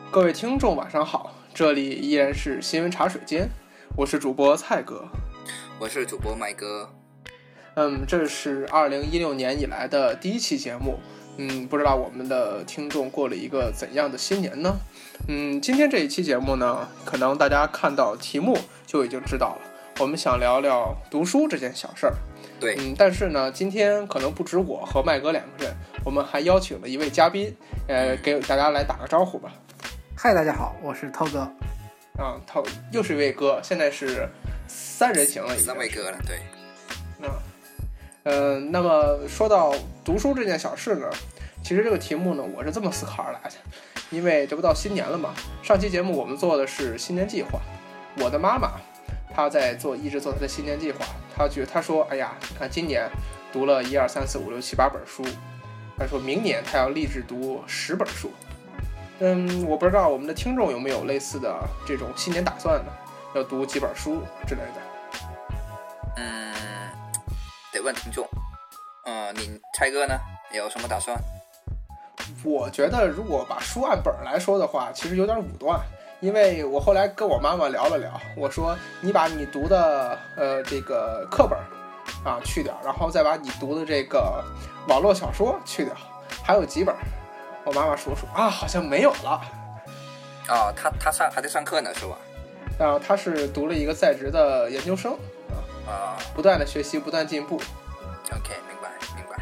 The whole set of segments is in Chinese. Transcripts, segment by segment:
各位听众晚上好，这里依然是新闻茶水间，我是主播蔡哥， 我是主播麦哥。 这是2016年以来的第一期节目。不知道我们的听众过了一个怎样的新年呢？今天这一期节目呢，可能大家看到题目就已经知道了，我们想聊聊读书这件小事儿。 对， 但是呢，今天可能不止我和麦哥两个人，我们还邀请了一位嘉宾，给大家来打个招呼吧。 嗨，大家好，我是涛哥。 涛又是一位哥，现在是三人行了，已经三位哥了，对。 那么说到读书这件小事呢，其实这个题目呢，我是这么思考而来的，因为这不到新年了嘛。上期节目我们做的是新年计划，我的妈妈她一直做她的新年计划，她说，哎呀，你看今年读了1、2、3、4、5、6、7、8本书，她说明年她要立志读10本书。我不知道我们的听众有没有类似的这种新年打算呢？要读几本书之类的。 得问听众。你蔡哥呢？有什么打算？ 我觉得如果把书按本来说的话，其实有点武断。因为我后来跟我妈妈聊了聊，我说你把你读的这个课本去掉，然后再把你读的这个网络小说去掉，还有几本？我妈妈说好像没有了。 他还在上课呢，是吧？ 然后他是读了一个在职的研究生不断的学习，不断进步。 OK， 明白。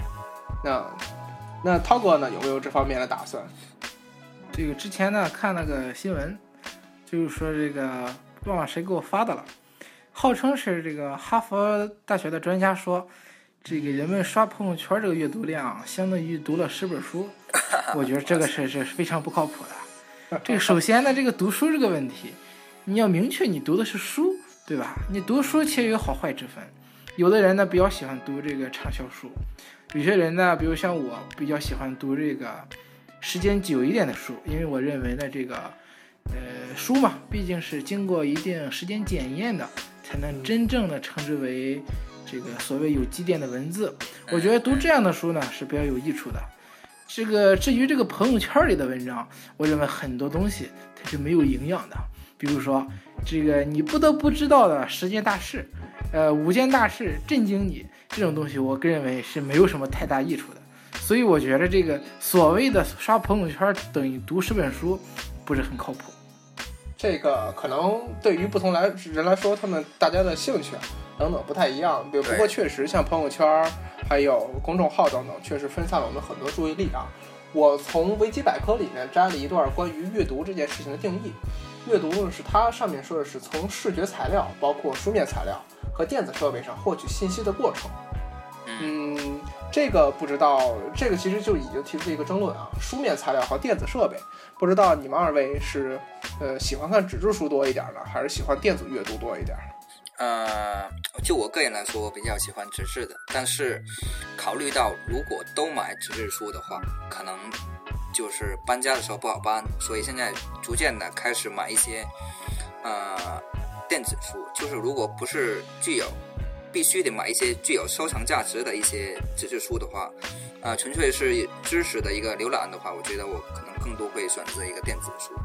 那涛哥呢，有没有这方面的打算？ 这个之前呢看那个新闻，就是说这个不知道谁给我发的了，号称是这个哈佛大学的专家说，这个人们刷朋友圈这个阅读量相当于读了10本书。我觉得这个是非常不靠谱的。这个首先呢，这个读书这个问题，你要明确你读的是书，对吧？你读书其实有好坏之分。有的人呢比较喜欢读这个畅销书，有些人呢，比如像我比较喜欢读这个时间久一点的书，因为我认为呢这个书嘛，毕竟是经过一定时间检验的，才能真正的称之为这个所谓有积淀的文字。我觉得读这样的书呢是比较有益处的。至于这个朋友圈里的文章，我认为很多东西它是没有营养的。比如说这个你不得不知道的10件大事，5件大事震惊你，这种东西我个人认为是没有什么太大益处的。所以我觉得这个所谓的刷朋友圈等于读10本书不是很靠谱。 这个可能对于不同人来说，大家的兴趣等等不太一样。不过确实像朋友圈还有公众号等等，确实分散了我们很多注意力。我从维基百科里面摘了一段关于阅读这件事情的定义。阅读是它上面说的是从视觉材料，包括书面材料和电子设备上获取信息的过程。这个不知道，这个其实就已经提出一个争论书面材料和电子设备，不知道你们二位是喜欢看纸质书多一点呢，还是喜欢电子阅读多一点？ 就我个人来说，我比较喜欢纸质的，但是考虑到如果都买纸质书的话，可能就是搬家的时候不好搬，所以现在逐渐的开始买一些电子书。就是如果不是必须得买一些具有收藏价值的一些纸质书的话，纯粹是知识的一个浏览的话，我觉得我可能更多会选择一个电子书。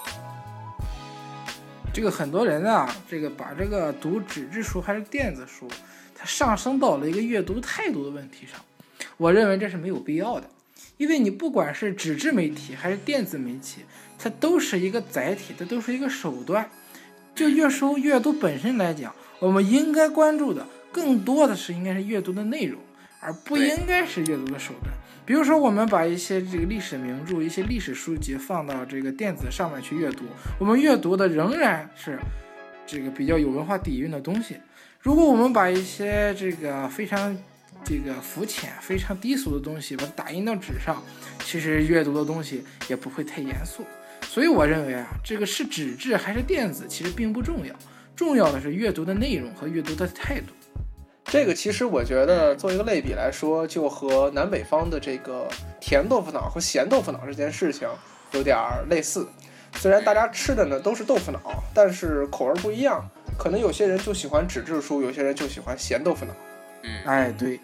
这个很多人这个把这个读纸质书还是电子书，它上升到了一个阅读态度的问题上。我认为这是没有必要的，因为你不管是纸质媒体还是电子媒体，它都是一个载体，它都是一个手段。就阅读本身来讲，我们应该关注的更多的是应该是阅读的内容，而不应该是阅读的手段。比如说我们把一些这个历史名著、一些历史书籍放到这个电子上面去阅读，我们阅读的仍然是这个比较有文化底蕴的东西。如果我们把一些这个非常肤浅、非常低俗的东西把它打印到纸上，其实阅读的东西也不会太严肃。所以我认为这个是纸质还是电子其实并不重要，重要的是阅读的内容和阅读的态度。 这个其实我觉得做一个类比来说，就和南北方的这个甜豆腐脑和咸豆腐脑这件事情有点类似。虽然大家吃的呢都是豆腐脑，但是口味不一样，可能有些人就喜欢纸质书，有些人就喜欢咸豆腐脑。 对，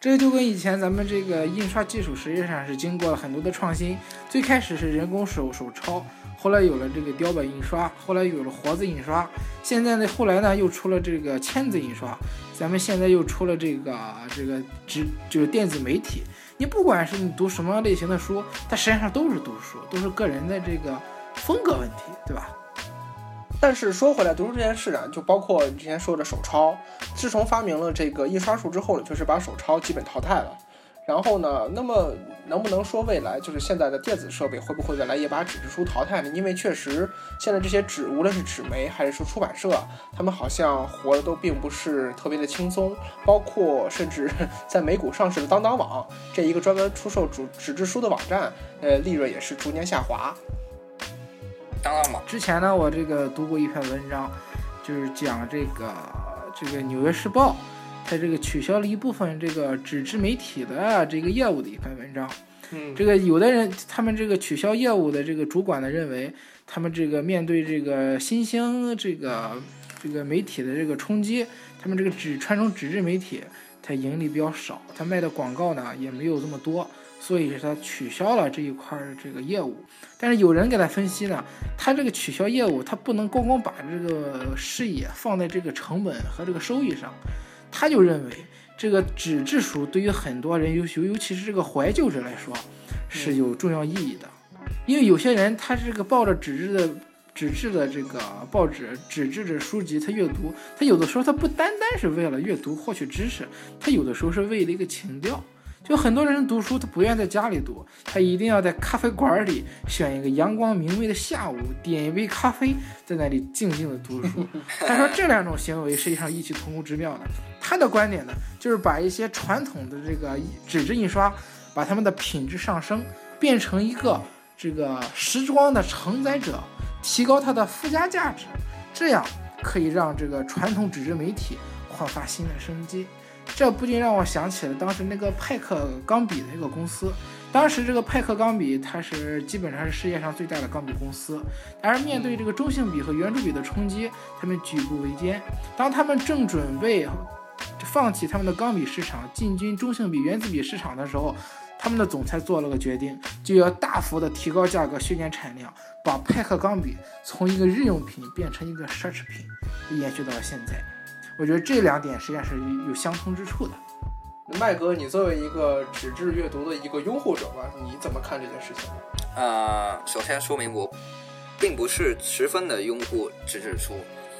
这个就跟以前咱们这个印刷技术实际上是经过了很多的创新，最开始是人工手抄，后来有了这个雕版印刷，后来有了活字印刷，现在呢后来呢又出了这个铅字印刷，咱们现在又出了这个就是电子媒体。你不管是你读什么类型的书，它实际上都是读书，都是个人的这个风格问题，对吧？ 但是说回来，读书这件事啊，就包括之前说的手抄，自从发明了这个印刷术之后呢，就是把手抄基本淘汰了。然后呢，那么能不能说未来就是现在的电子设备会不会未来也把纸质书淘汰呢？因为确实现在这些纸，无论是纸媒还是说出版社，他们好像活的都并不是特别的轻松，包括甚至在美股上市的当当网这一个专门出售纸质书的网站，利润也是逐年下滑。 当然嘛， 之前呢，我这个读过一篇文章，就是讲这个《纽约时报》。它这个取消了一部分这个纸质媒体的这个业务的一篇文章。这个有的人他们这个取消业务的这个主管呢认为，他们这个面对这个新兴这个媒体的这个冲击，他们这个传统纸质媒体它盈利比较少，它卖的广告呢也没有这么多，所以是它取消了这一块的这个业务。但是有人给他分析呢，他这个取消业务，他不能光把这个视野放在这个成本和这个收益上。他就认为这个纸质书对于很多人，尤其是这个怀旧者来说是有重要意义的。因为有些人他这个抱着纸质的这个报纸、纸质的书籍他阅读，他有的时候他不单单是为了阅读获取知识，他有的时候是为了一个情调。就很多人读书他不愿在家里读，他一定要在咖啡馆里选一个阳光明媚的下午，点一杯咖啡，在那里静静的读书。他说这两种行为实际上异曲同工之妙的。他的观点呢，就是把一些传统的这个纸质印刷，把它们的品质上升，变成一个这个时装的承载者，提高它的附加价值，这样可以让这个传统纸质媒体焕发新的生机。这不禁让我想起了当时那个派克钢笔的一个公司。当时这个派克钢笔它是基本上是世界上最大的钢笔公司，但是面对这个中性笔和圆珠笔的冲击，他们举步维艰。当他们正准备放弃他们的钢笔市场，进军中性笔、原子笔市场的时候，他们的总裁做了个决定，就要大幅的提高价格，削减产量，把派克钢笔从一个日用品变成一个奢侈品，延续到了现在。我觉得这两点实际上是有相通之处的。 麦哥，你作为一个纸质阅读的一个拥护者吧，你怎么看这件事情？ 首先说明我并不是十分的拥护纸质书，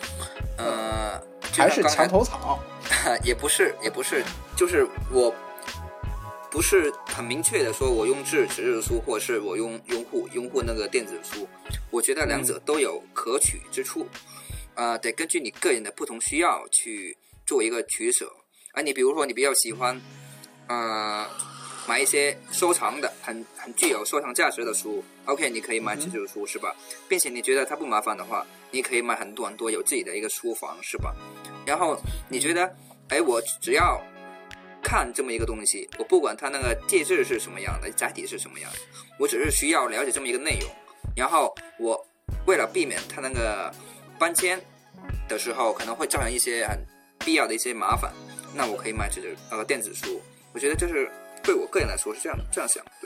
还是墙头草？ 也不是，就是我不是很明确的说我用纸质书，或是我拥护那个电子书。我觉得两者都有可取之处。得根据你个人的不同需要去做一个取舍。你比如说你比较喜欢买一些收藏的很具有收藏价值的书 ，OK， 你可以买纸质书是吧？并且你觉得它不麻烦的话，你可以买很多有自己的一个书房是吧？然后你觉得我只要看这么一个东西，我不管它那个介质是什么样的，载体是什么样的，我只是需要了解这么一个内容，然后我为了避免它那个搬迁的时候可能会造成一些很必要的一些麻烦，那我可以买电子书。我觉得这是对我个人来说是这样想，对。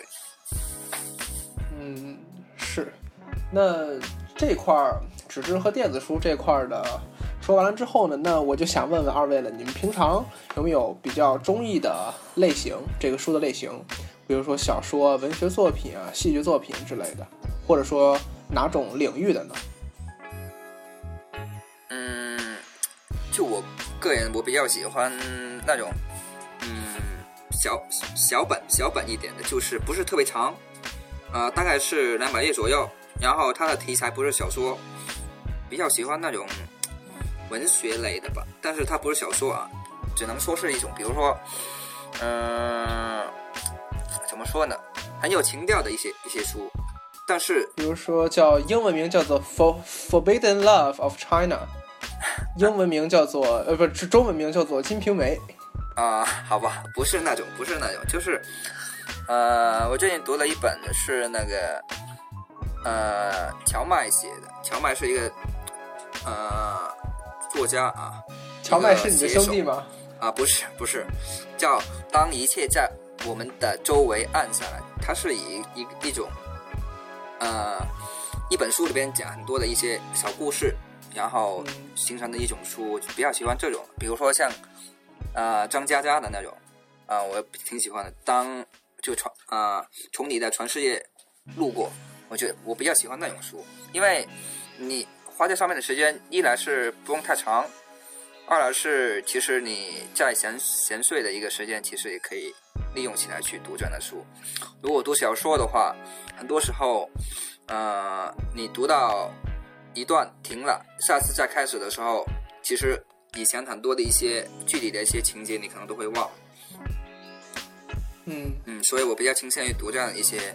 是。那这块纸质和电子书这块的说完了之后呢，那我就想问问二位了，你们平常有没有比较中意的类型？这个书的类型，比如说小说、文学作品啊、戏剧作品之类的，或者说哪种领域的呢？ 就我个人，我比较喜欢那种小本一点的，就是不是特别长，大概是200页左右，然后它的题材不是小说，比较喜欢那种文学类的吧，但是它不是小说啊，只能说是一种，比如说怎么说呢，很有情调的一些书，但是比如说英文名叫做 Forbidden Love of China， 英文名叫做中文名叫做金瓶梅。 好吧，不是那种，就是我最近读了一本是那个乔麦写的，乔麦是一个作家啊。 乔麦是你的兄弟吗？ 不是，叫当一切在我们的周围暗下来，它是以一种一本书里边讲很多的一些小故事，然后形成的一种书，我比较喜欢这种。比如说像张嘉佳的那种我挺喜欢的。当就从你的全世界路过，我觉得我比较喜欢那种书，因为你花在上面的时间，一来是不用太长，二来是其实你在闲碎的一个时间，其实也可以利用起来去读这样的书。如果读小说的话，很多时候你读到一段停了，下次再开始的时候，其实以前很多的一些具体的一些情节你可能都会忘。所以我比较倾向于读这样一些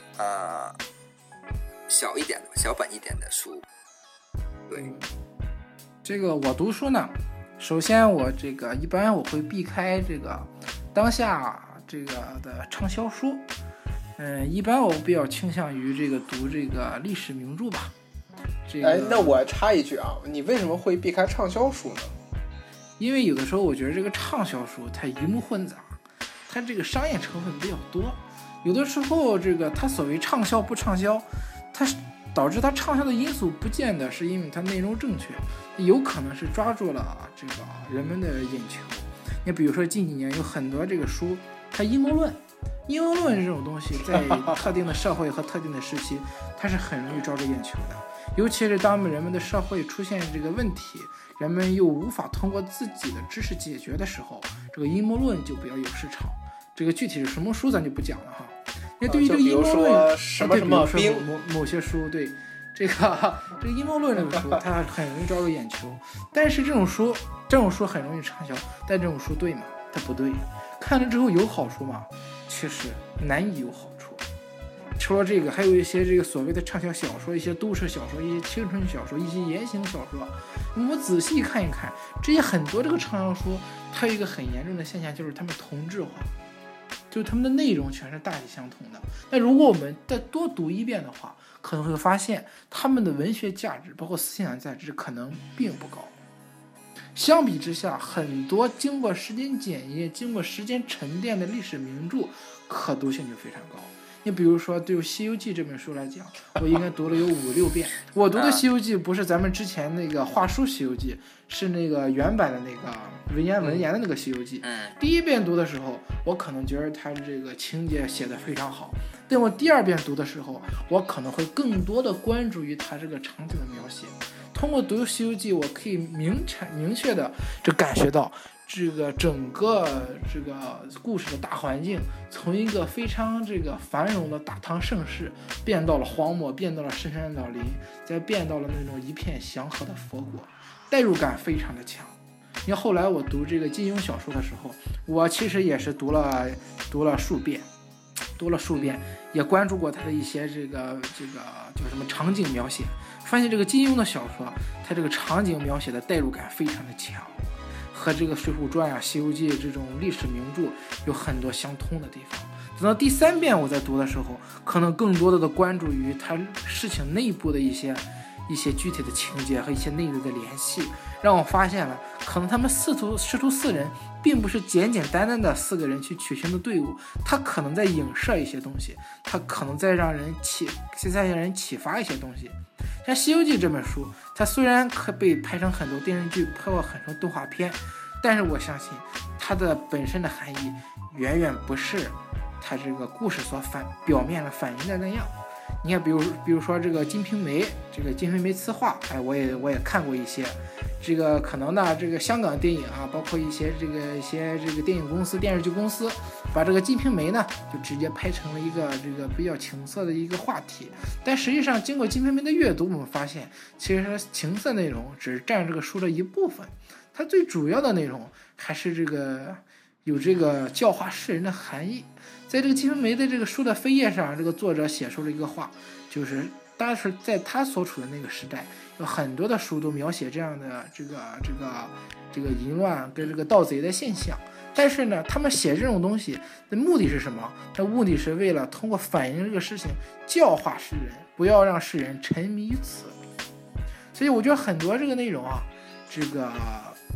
小一点的小本一点的书。对， 这个我读书呢，首先我这个一般我会避开这个当下这个的畅销书，一般我比较倾向于这个读这个历史名著吧。 那我插一句啊，你为什么会避开畅销书呢？ 因为有的时候我觉得这个畅销书它鱼目混杂，它这个商业成分比较多，有的时候这个它所谓畅销不畅销，它导致它畅销的因素不见得是因为它内容正确，有可能是抓住了这个人们的眼球。你比如说近几年有很多这个书，它阴谋论这种东西在特定的社会和特定的时期，它是很容易抓住眼球的。尤其是当人们的社会出现这个问题，人们又无法通过自己的知识解决的时候，这个阴谋论就比较有市场。这个具体是什么书咱就不讲了哈。那对于这个阴谋论， 什么兵， 某些书，对这个阴谋论这个书，它很容易抓住眼球。但是这种书很容易畅销，但这种书对吗？它不对。看了之后有好处吗？其实难以有好处。除了这个，还有一些这个所谓的畅销小说，一些都市小说，一些青春小说，一些言情小说。我们仔细看一看，这些很多这个畅销书，它有一个很严重的现象，就是它们同质化，就是它们的内容全是大体相同的。那如果我们再多读一遍的话，可能会发现它们的文学价值，包括思想价值，可能并不高。相比之下，很多经过时间检验、经过时间沉淀的历史名著，可读性就非常高。你比如说，对《西游记》这本书来讲，我应该读了有5-6遍。我读的《西游记》不是咱们之前那个话书《西游记》，是那个原版的那个文言的那个《西游记》。第一遍读的时候，我可能觉得它这个情节写得非常好，但我第二遍读的时候，我可能会更多的关注于它这个场景的描写。通过读《西游记》，我可以明确的就感觉到这个整个这个故事的大环境，从一个非常这个繁荣的大唐盛世，变到了荒漠，变到了深山老林，再变到了那种一片祥和的佛国，代入感非常的强。因为后来我读这个金庸小说的时候，我其实也是读了数遍，也关注过他的一些这个叫什么场景描写，发现这个金庸的小说，他这个场景描写的代入感非常的强，和这个《水浒传》啊、《西游记》这种历史名著有很多相通的地方。等到第3遍我在读的时候，可能更多的关注于他事情内部的一些具体的情节和一些内在的联系，让我发现了可能他们师徒4人并不是简单的4个人去取经的队伍，他可能在影射一些东西，他可能在让人启发一些东西。像《西游记》这本书，它虽然可被拍成很多电视剧，拍过很多动画片，但是我相信它的本身的含义远远不是它这个故事所表面的反映的那样。你看，比如说这个《金瓶梅》，词话，我也看过一些。这个可能呢，这个香港电影啊，包括一些这个电影公司、电视剧公司，把这个《金瓶梅》呢，就直接拍成了一个这个比较情色的一个话题。但实际上，经过《金瓶梅》的阅读，我们发现，其实情色内容只占这个书的一部分，它最主要的内容还是这个有这个教化世人的含义。在这个《金瓶梅》的这个书的扉页上，这个作者写出了一个话，就是当时在他所处的那个时代，有很多的书都描写这样的这个淫乱跟这个盗贼的现象，但是呢，他们写这种东西的目的是什么？那目的是为了通过反映这个事情，教化世人，不要让世人沉迷于此。所以我觉得很多这个内容啊，这个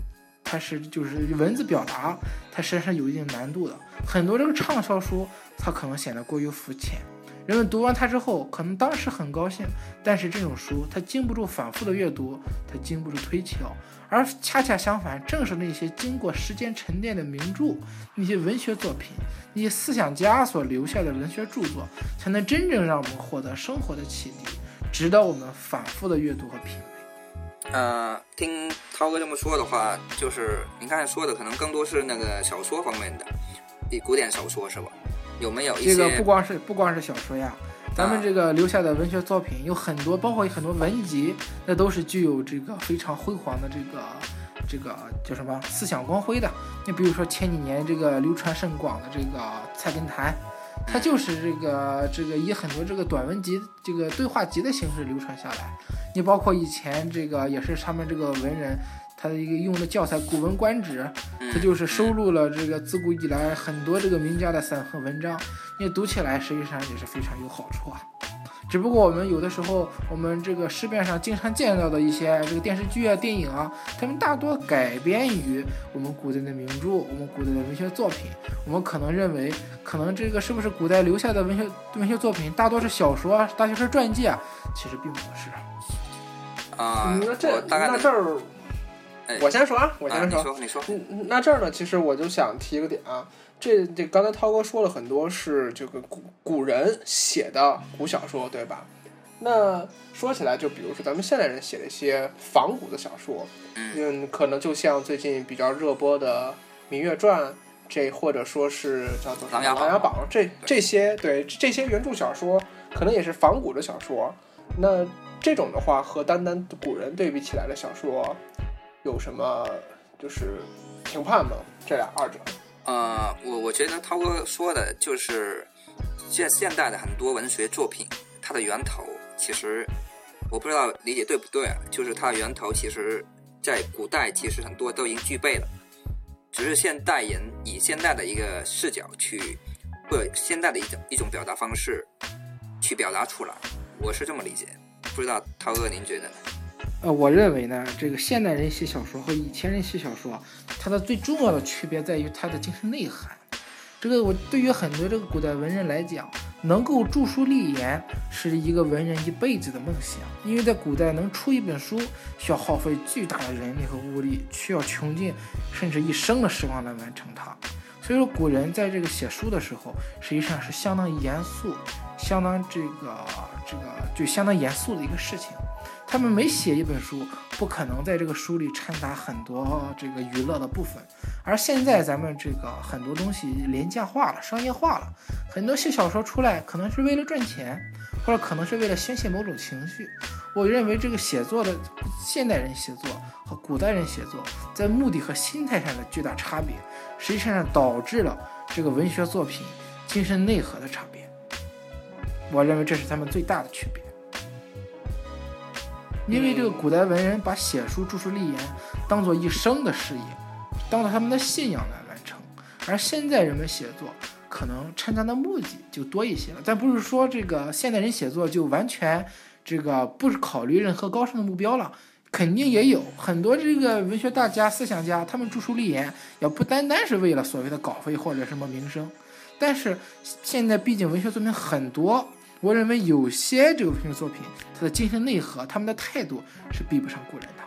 它是就是文字表达，它实际上有一定难度的。很多这个畅销书，它可能显得过于肤浅。人们读完它之后，可能当时很高兴，但是这种书它经不住反复的阅读，它经不住推敲。而恰恰相反，正是那些经过时间沉淀的名著，那些文学作品，那些思想家所留下的文学著作，才能真正让我们获得生活的启迪，值得我们反复的阅读和品味。 听涛哥这么说的话，就是您刚才说的可能更多是那个小说方面的，古典小说是吧？有没有一些这个不光是小说呀，咱们这个留下的文学作品有很多，包括很多文集，那都是具有这个非常辉煌的这个叫什么思想光辉的。你比如说前几年这个流传甚广的这个《菜根谭》，它就是这个以很多这个短文集、这个对话集的形式流传下来。你包括以前这个也是他们这个文人他的一个用的教材《古文观止》，它就是收录了这个自古以来很多这个名家的散文文章，你读起来实际上也是非常有好处啊。只不过我们有的时候，我们这个市面上经常见到的一些这个电视剧啊、电影啊，他们大多改编于我们古代的名著、我们古代的文学作品。我们可能认为，可能这个是不是古代留下的文学作品大多是小说啊、大学士传记啊？其实并不是。 那这儿。我先说啊， 你说。 那这儿呢，其实我就想提一个点啊，这刚才涛哥说了很多是这个古人写的古小说，对吧？那说起来，就比如说咱们现代人写的一些仿古的小说，可能就像最近比较热播的《芈月传》，或者说是叫做《琅琊榜》这些原著小说，可能也是仿古的小说。那这种的话，和单古人对比起来的小说，有什么就是评判吗？这二者？ 我觉得涛哥说的就是现代的很多文学作品，它的源头其实我不知道理解对不对啊，就是它的源头其实在古代其实很多都已经具备了，只是现代人以现代的一个视角去，或者现代的一种表达方式去表达出来，我是这么理解，不知道涛哥您觉得呢？ 我认为呢，这个现代人写小说和以前人写小说，它的最重要的区别在于它的精神内涵。这个我对于很多这个古代文人来讲，能够著书立言是一个文人一辈子的梦想，因为在古代能出一本书，需要耗费巨大的人力和物力，需要穷尽甚至一生的时光来完成它。所以说，古人在这个写书的时候，实际上是相当严肃、相当相当严肃的一个事情。他们每写一本书，不可能在这个书里掺杂很多这个娱乐的部分。而现在咱们这个很多东西廉价化了、商业化了，很多写小说出来可能是为了赚钱，或者可能是为了宣泄某种情绪。我认为这个写作的现代人写作和古代人写作在目的和心态上的巨大差别，实际上导致了这个文学作品精神内核的差别。我认为这是他们最大的区别。因为这个古代文人把写书、著书立言当做一生的事业，当做他们的信仰来完成，而现在人们写作可能掺杂的目的就多一些了。但不是说这个现代人写作就完全这个不考虑任何高尚的目标了，肯定也有很多这个文学大家、思想家，他们著书立言也不单单是为了所谓的稿费或者什么名声。但是现在毕竟文学作品很多，我认为有些这个文学作品，它的精神内核、他们的态度是比不上古人的。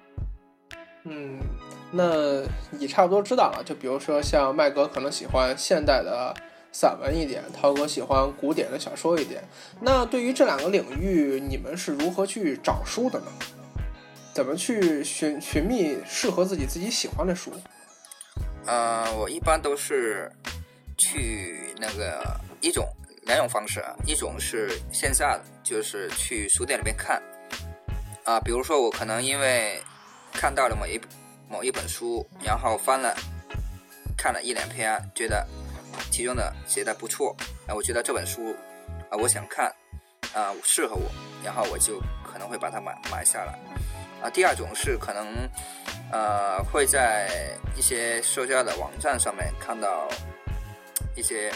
那你差不多知道了。就比如说像麦哥可能喜欢现代的散文一点，涛哥喜欢古典的小说一点。那对于这两个领域，你们是如何去找书的呢？怎么去寻觅适合自己喜欢的书？ 我一般都是去两种方式啊，一种是线下的，就是去书店里面看啊，比如说我可能因为看到了某一本书，然后看了一两篇，觉得其中的写的不错，我觉得这本书我想看适合我，然后我就可能会把它买下来第二种是可能会在一些社交的网站上面看到一些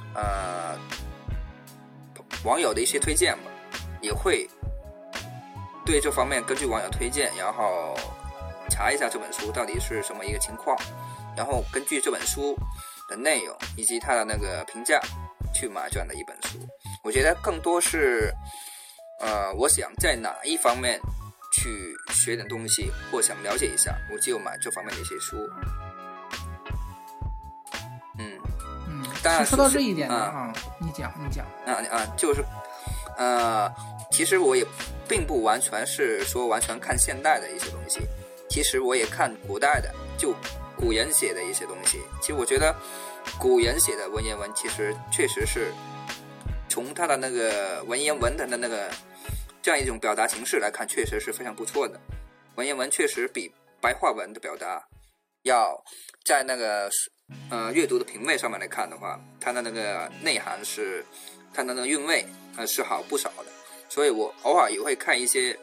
网友的一些推荐吧，也会对这方面根据网友推荐，然后查一下这本书到底是什么一个情况，然后根据这本书的内容以及它的那个评价去买这样的一本书。我觉得更多是我想在哪一方面去学点东西或想了解一下，我就买这方面的一些书。当然说到这一点呢，你讲就是其实我也并不完全是说完全看现代的一些东西，其实我也看古代的，就古人写的一些东西。其实我觉得古人写的文言文其实确实是从他的那个文言文的那个这样一种表达形式来看，确实是非常不错的。文言文确实比白话文的表达要在那个阅读的品味上面来看的话，它的那个内涵是它的那个韵味是好不少的。所以我偶尔也会看一些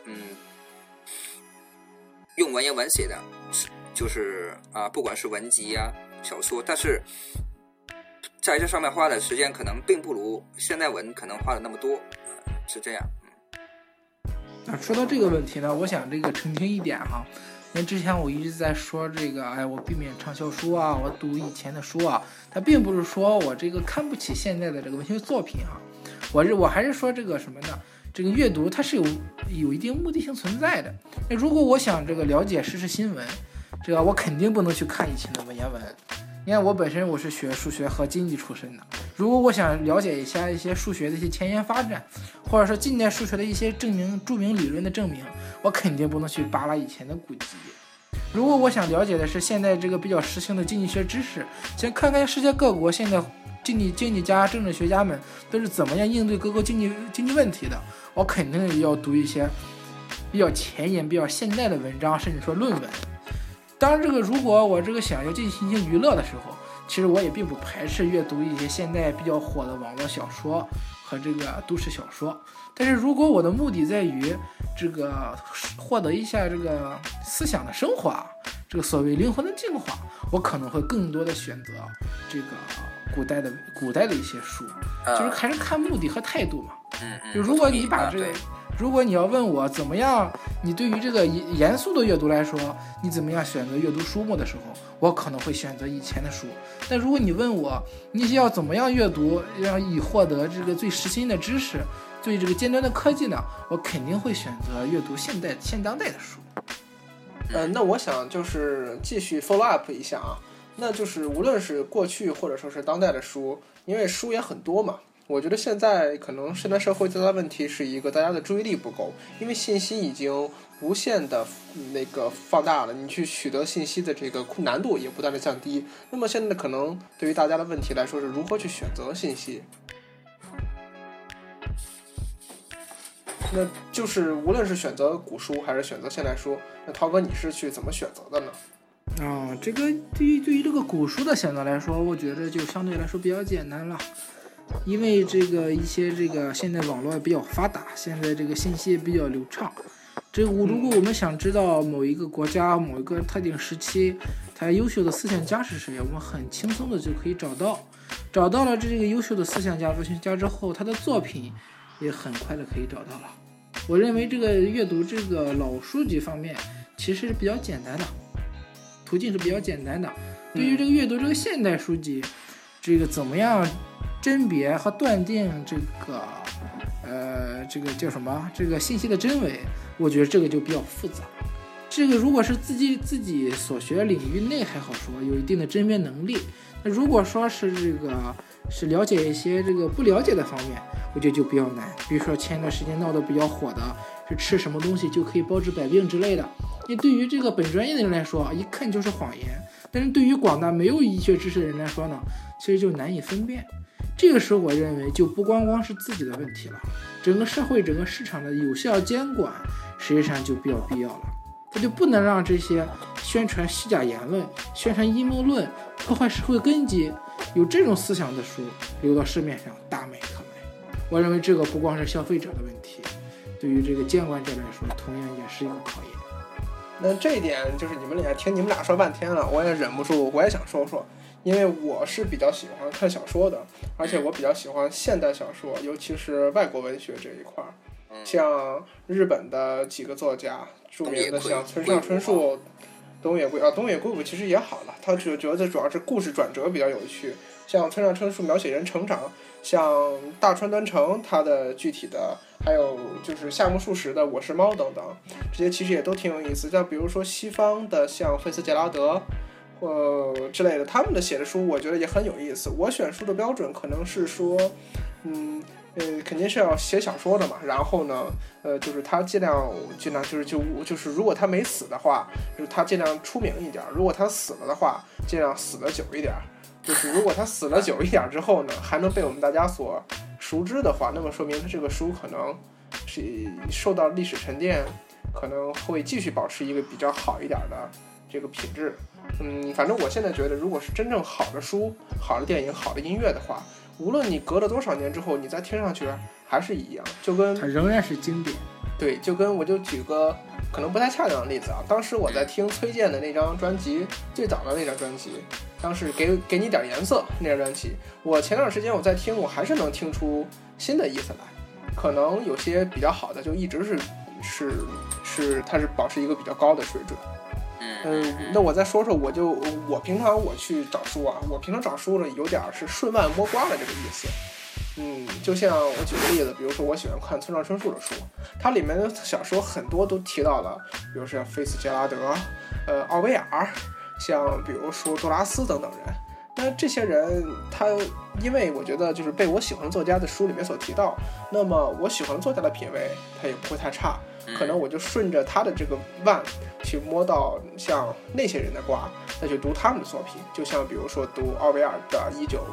用文言文写的，就是不管是文集啊小说，但是在这上面花的时间可能并不如现代文可能花的那么多，是这样。 说到这个问题呢，我想这个澄清一点哈。因为之前我一直在说这个，我避免畅销书啊，我读以前的书啊，它并不是说我这个看不起现在的这个文学作品啊，我还是说这个什么呢？这个阅读它是有一定目的性存在的。那如果我想这个了解时事新闻，这个我肯定不能去看以前的文言文。你看我本身我是学数学和经济出身的，如果我想了解一些数学的一些前沿发展，或者说近代数学的一些著名理论的证明，我肯定不能去扒拉以前的古籍。如果我想了解的是现在这个比较时兴的经济学知识，先看看世界各国现在经济家、政治学家们都是怎么样应对各国经济问题的，我肯定要读一些比较前沿、比较现代的文章，甚至说论文。当然，如果我想要进行一些娱乐的时候，其实我也并不排斥阅读一些现在比较火的网络小说和这个都市小说。但是如果我的目的在于这个获得一下这个思想的升华，这个所谓灵魂的净化，我可能会更多的选择这个古代的一些书，就是还是看目的和态度嘛。就如果你把如果你要问我怎么样，你对于这个严肃的阅读来说，你怎么样选择阅读书目的时候，我可能会选择以前的书。但如果你问我，你要怎么样阅读，要以获得这个最实心的知识，对这个尖端的科技呢，我肯定会选择阅读现当代的书。 那我想就是继续 follow up 一下啊，那就是无论是过去或者说是当代的书，因为书也很多嘛。我觉得现在可能现代社会最大的问题是一个大家的注意力不够，因为信息已经无限的放大了，你去取得信息的这个难度也不断的降低。那么现在可能对于大家的问题来说是如何去选择信息，那就是无论是选择古书还是选择现代书，那涛哥你是去怎么选择的呢？ 这个对于这个古书的选择来说，我觉得就相对来说比较简单了。因为一些现在网络比较发达，现在这个信息也比较流畅。如果我们想知道某一个国家某一个特定时期它优秀的思想家是谁，我们很轻松的就可以找到了这个优秀的思想家文学家之后，他的作品也很快的可以找到了。我认为这个阅读这个老书籍方面其实是比较简单的，途径是比较简单的。对于这个阅读这个现代书籍，这个怎么样甄别和断定这个叫什么？这个信息的真伪，我觉得这个就比较复杂。这个如果是自己所学领域内还好说，有一定的甄别能力。那如果说是是了解一些不了解的方面，我觉得就比较难。比如说前段时间闹得比较火的是吃什么东西就可以包治百病之类的。因为对于这个本专业的人来说，一看就是谎言。但是对于广大没有医学知识的人来说呢，其实就难以分辨。这个时候我认为就不光是自己的问题了，整个社会整个市场的有效监管实际上就比较必要了。它就不能让这些宣传虚假言论、宣传阴谋论、破坏社会根基有这种思想的书流到市面上大卖特卖。我认为这个不光是消费者的问题，对于这个监管者来说同样也是一个考验。 那这一点就是听你们俩说半天了，我也忍不住我也想说说。因为我是比较喜欢看小说的，而且我比较喜欢现代小说，尤其是外国文学这一块。像日本的几个作家，著名的像村上春树， 东野圭吾其实也好了，他觉得主要是故事转折比较有趣，像村上春树描写人成长，像大川端成他的具体的，还有就是夏目漱石的《我是猫》等等，这些其实也都挺有意思。再比如说西方的像费斯杰拉德之类的，他们的写的书我觉得也很有意思。我选书的标准可能是说肯定是要写小说的嘛，然后呢就是他尽量就是如果他没死的话，就是他尽量出名一点，如果他死了的话，尽量死得久一点。就是如果他死了久一点之后呢，还能被我们大家所熟知的话，那么说明他这个书可能是受到历史沉淀，可能会继续保持一个比较好一点的这个品质。反正我现在觉得，如果是真正好的书、好的电影、好的音乐的话，无论你隔了多少年之后，你再听上去还是一样，就跟它仍然是经典。 对，就跟我就举个可能不太恰当的例子啊，当时我在听崔健的那张专辑，最早的那张专辑，当时给你点颜色那张专辑，我前段时间我在听，我还是能听出新的意思来。可能有些比较好的就一直它是保持一个比较高的水准。那我再说说，我平常我去找书啊，我平常找书呢有点是顺腕摸瓜的这个意思。就像我举个例子，比如说我喜欢看村上春树的书，它里面的小说很多都提到了，比如说像菲茨杰拉德、奥威尔，像比如说杜拉斯等等人。那这些人他因为我觉得就是被我喜欢的作家的书里面所提到，那么我喜欢作家的品味他也不会太差，可能我就顺着他的这个腕去摸到像那些人的瓜，再去读他们的作品，就像比如说读奥威尔的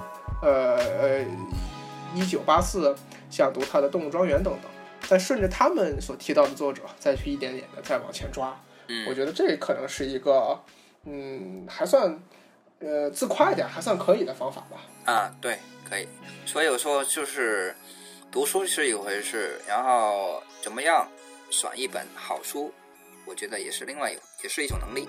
1984，像读他的《动物庄园》等等，再顺着他们所提到的作者再去一点点的再往前抓。我觉得这可能是一个还算自夸一点还算可以的方法吧。 对，可以。所以我说就是读书是一回事，然后怎么样选一本好书，我觉得也是也是一种能力。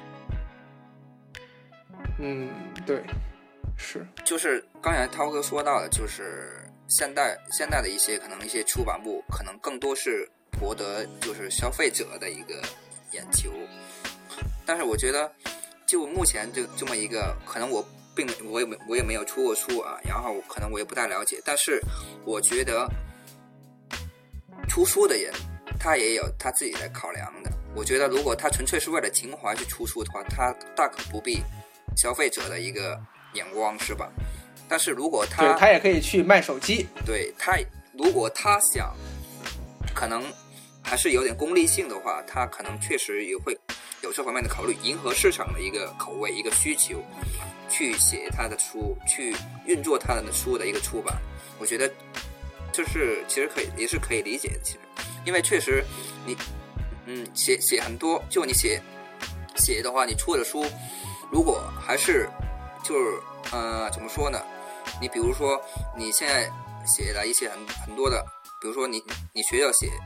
对，是。 就是刚才涛哥说到的，就是现代的一些可能一些出版物，可能更多是博得就是消费者的一个眼球。但是我觉得就目前这么一个，可能我也没有出过书啊，然后可能我也不太了解，但是我觉得出书的人他也有他自己的考量的。我觉得如果他纯粹是为了情怀去出书的话，他大可不必消费者的一个眼光，是吧？但是如果他也可以去卖手机， 对，如果他想可能还是有点功利性的话，他可能确实也会有这方面的考虑，迎合市场的一个口味一个需求，去写他的书，去运作他的书的一个出版。我觉得就是其实也是可以理解的。其实因为确实你写很多，就你写的话，你出的书如果还是就是怎么说呢，你比如说你现在写了一些很多的，比如说你学校写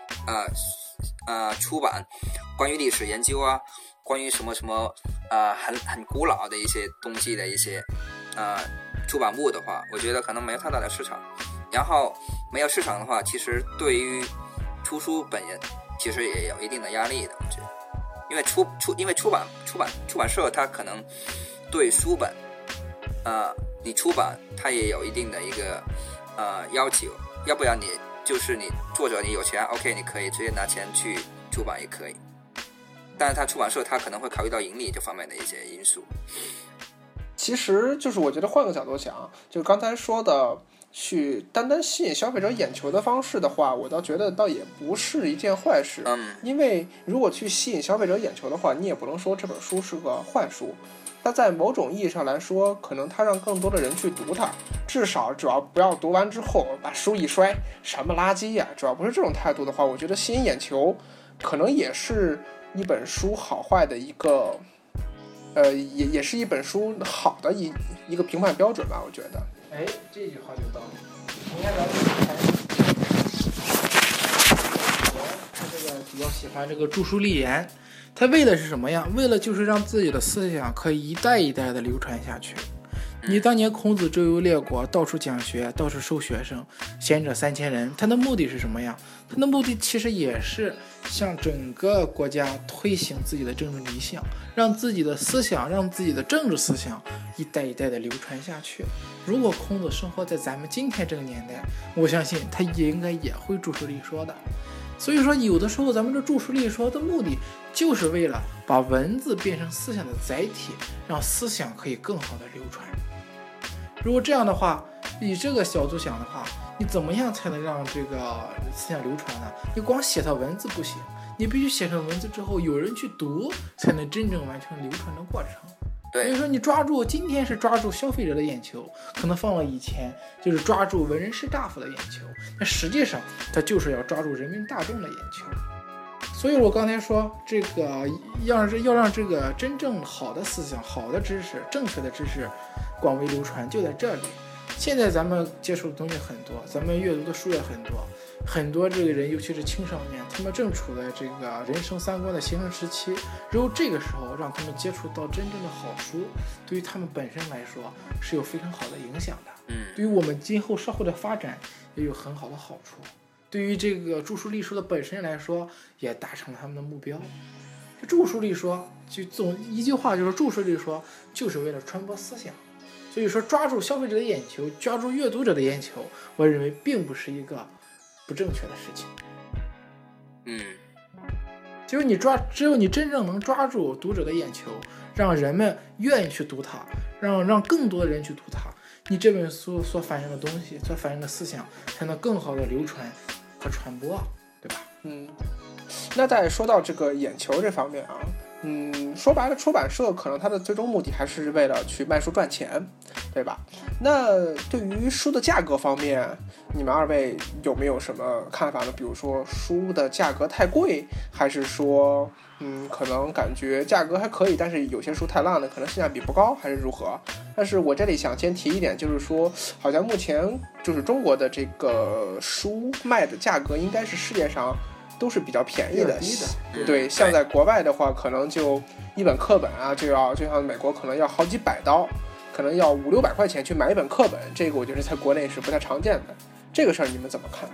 出版关于历史研究啊，关于什么很古老的一些东西的一些出版物的话，我觉得可能没有太大的市场。然后没有市场的话，其实对于出书本人其实也有一定的压力的，我觉得。因为出版社它可能对书本你出版它也有一定的一个要求，要不然你作者你有钱 OK， 你可以直接拿钱去出版也可以，但是它出版社它可能会考虑到盈利这方面的一些因素。 其实就是我觉得换个角度想，就是刚才说的去单单吸引消费者眼球的方式的话，我倒觉得倒也不是一件坏事。因为如果去吸引消费者眼球的话，你也不能说这本书是个坏书。那在某种意义上来说，可能它让更多的人去读它，至少只要不要读完之后把书一摔，什么垃圾呀，只要不是这种态度的话，我觉得吸引眼球可能也是一本书好坏的一个也是一本书好的一个评判标准吧，我觉得。 这句话有道理。应该聊他这个比较喜欢这个著书立言，他为的是什么呀？为了就是让自己的思想可以一代一代的流传下去。 你当年孔子周游列国，到处讲学，到处收学生，贤者3000人，他的目的是什么呀？他的目的其实也是向整个国家推行自己的政治理想，让自己的思想，让自己的政治思想一代一代的流传下去。如果孔子生活在咱们今天这个年代，我相信他应该也会著书立说的。所以说有的时候咱们这著书立说的目的就是为了把文字变成思想的载体，让思想可以更好的流传。如果这样的话，以这个角度想的话，你怎么样才能让这个思想流传呢？你光写它文字不行，你必须写成文字之后有人去读，才能真正完成流传的过程。所以说你今天是抓住消费者的眼球，可能放了以前就是抓住文人士大夫的眼球，那实际上它就是要抓住人民大众的眼球。所以我刚才说这个要让这个真正好的思想、好的知识、正确的知识广为流传，就在这里。现在咱们接触的东西很多，咱们阅读的书也很多这个人，尤其是青少年，他们正处在这个人生三观的形成时期。只有这个时候让他们接触到真正的好书，对于他们本身来说是有非常好的影响的。对于我们今后社会的发展也有很好的好处。对于这个著书立说的本身来说，也达成了他们的目标。著书立说就总一句话就是著书立说就是为了传播思想。所以说抓住消费者的眼球，抓住阅读者的眼球，我认为并不是一个不正确的事情。只有你真正能抓住读者的眼球，让人们愿意去读它，让更多的人去读它，你这本书所反映的东西，所反映的思想才能更好的流传和传播，对吧？ 那再说到这个眼球这方面啊，说白了，出版社可能它的最终目的还是为了去卖书赚钱，对吧？那对于书的价格方面，你们二位有没有什么看法呢？比如说书的价格太贵，还是说可能感觉价格还可以，但是有些书太烂了，可能性价比不高，还是如何？但是我这里想先提一点，就是说好像目前就是中国的这个书卖的价格应该是世界上都是比较便宜的，对，像在国外的话，可能就一本课本啊，就像美国可能要好几百刀，可能要500-600块钱去买一本课本，这个我觉得在国内是不太常见的。这个事儿你们怎么看？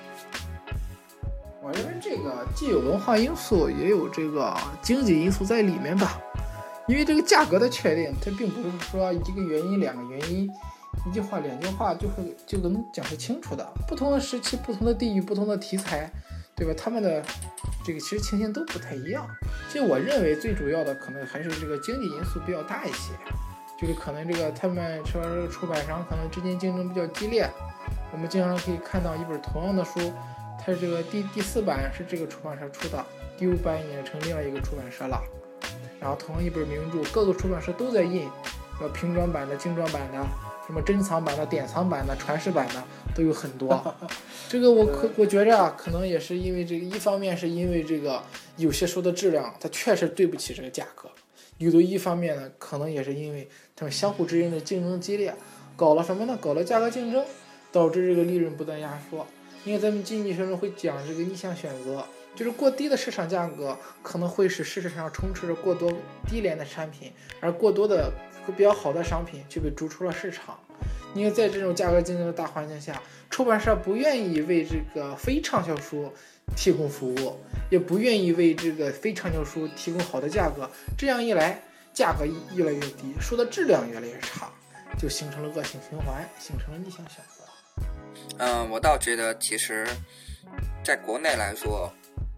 我认为这个既有文化因素，也有这个经济因素在里面吧。因为这个价格的确定，它并不是说一个原因、两个原因，一句话、2句话就能讲得清楚的。不同的时期、不同的地域、不同的题材，对吧？他们的这个其实情形都不太一样。其实我认为最主要的可能还是这个经济因素比较大一些，就是可能这个他们说这个出版商可能之间竞争比较激烈。我们经常可以看到一本同样的书，它这个第4版是这个出版社出的，第5版已经成另外一个出版社了。然后同样一本名著，各个出版社都在印，什么平装版的、精装版的，什么珍藏版的、典藏版的、传世版的都有很多。这个我觉着啊，可能也是因为这个，一方面是因为这个有些书的质量它确实对不起这个价格，有的一方面呢，可能也是因为他们相互之间的竞争激烈，搞了什么呢？搞了价格竞争，导致这个利润不断压缩。因为咱们经济学中会讲这个逆向选择，就是过低的市场价格可能会使市场上充斥着过多低廉的产品，而过多的比较好的商品就被逐出了市场。因为在这种价格竞争的大环境下，出版社不愿意为这个非畅销书提供服务，也不愿意为这个非畅销书提供好的价格，这样一来价格越来越低，书的质量越来越差，就形成了恶性循环，形成了逆向选择。 我倒觉得其实在国内来说，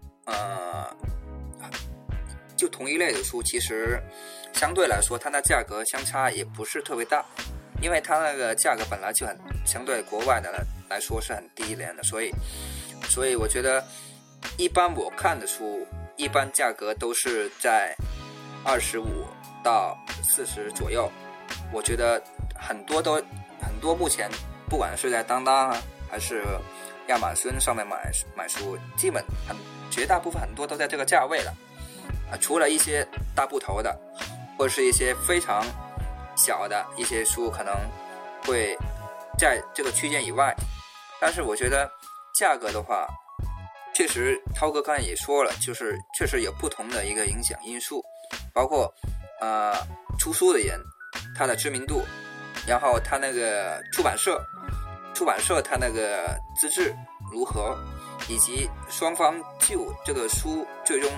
就同一类的书，其实相对来说它的价格相差也不是特别大，因为它那个价格本来就很相对国外的来说是很低廉的，所以我觉得一般我看的书一般价格都是在25到40左右。我觉得很多目前不管是在当当啊还是亚马逊上面买书，基本绝大部分很多都在这个价位了，除了一些大部头的或者是一些非常小的一些书可能会在这个区间以外。但是我觉得价格的话，确实涛哥刚才也说了，就是确实有不同的一个影响因素，包括出书的人他的知名度， 然后他那个出版社他那个资质如何，以及双方就这个书最终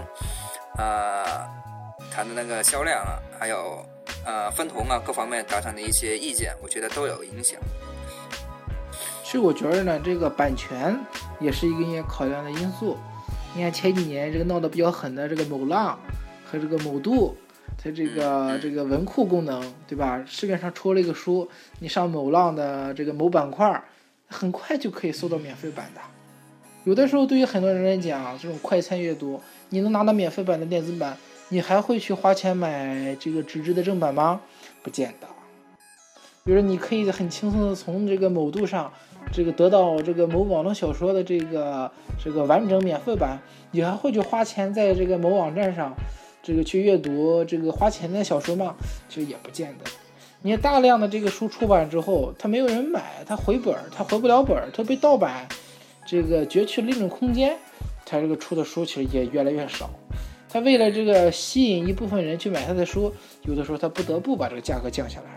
它的那个销量啊，还有分红啊各方面达成的一些意见，我觉得都有影响。 其实我觉得呢，这个版权也是一个应该考量的因素。你看前几年这个闹得比较狠的这个某浪和这个某度，它这个文库功能，对吧？市面上出了一个书，你上某浪的这个某板块，很快就可以搜到免费版的。有的时候对于很多人来讲，这种快餐阅读，你能拿到免费版的电子版，你还会去花钱买这个纸质的正版吗？不见得。比如说你可以很轻松的从这个某度上这个得到这个某网络小说的这个完整免费版，你还会去花钱在这个某网站上这个去阅读这个花钱的小说吗？其实也不见得。你大量的这个书出版之后，它没有人买，它回本，它回不了本，它被盗版这个攫取了利润空间，它这个出的书其实也越来越少。它为了这个吸引一部分人去买它的书，有的时候它不得不把这个价格降下来。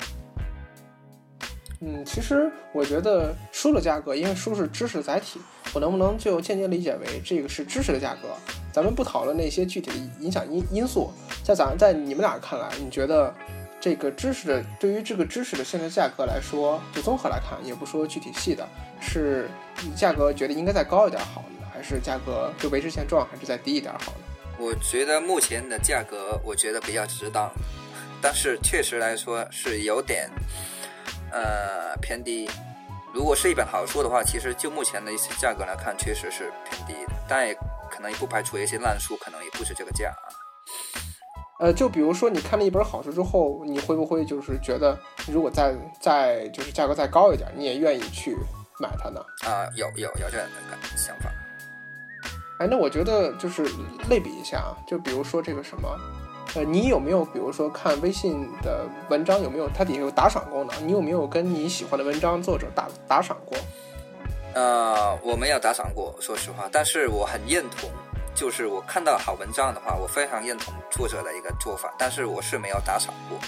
其实我觉得书的价格，因为书是知识载体，我能不能就间接理解为这个是知识的价格？咱们不讨论那些具体的影响因素，在你们俩看来，你觉得这个知识的对于这个知识的现在价格来说，就综合来看，也不说具体细的，是价格觉得应该再高一点好呢，还是价格就维持现状，还是再低一点好呢？ 我觉得目前的价格，我觉得比较值当，但是确实来说是有点偏低。如果是一本好书的话，其实就目前的一些价格来看，确实是偏低的，但也可能也不排除一些烂书可能也不是这个价。 就比如说你看了一本好书之后，你会不会就是觉得，如果再就是价格再高一点，你也愿意去买它呢？ 有这样的想法。 那我觉得就是类比一下啊，就比如说这个什么。你有没有比如说看微信的文章，有没有它底下有打赏功能？你有没有跟你喜欢的文章作者打赏过？ 我没有打赏过，说实话，但是我很认同，就是我看到好文章的话，我非常认同作者的一个做法，但是我是没有打赏过。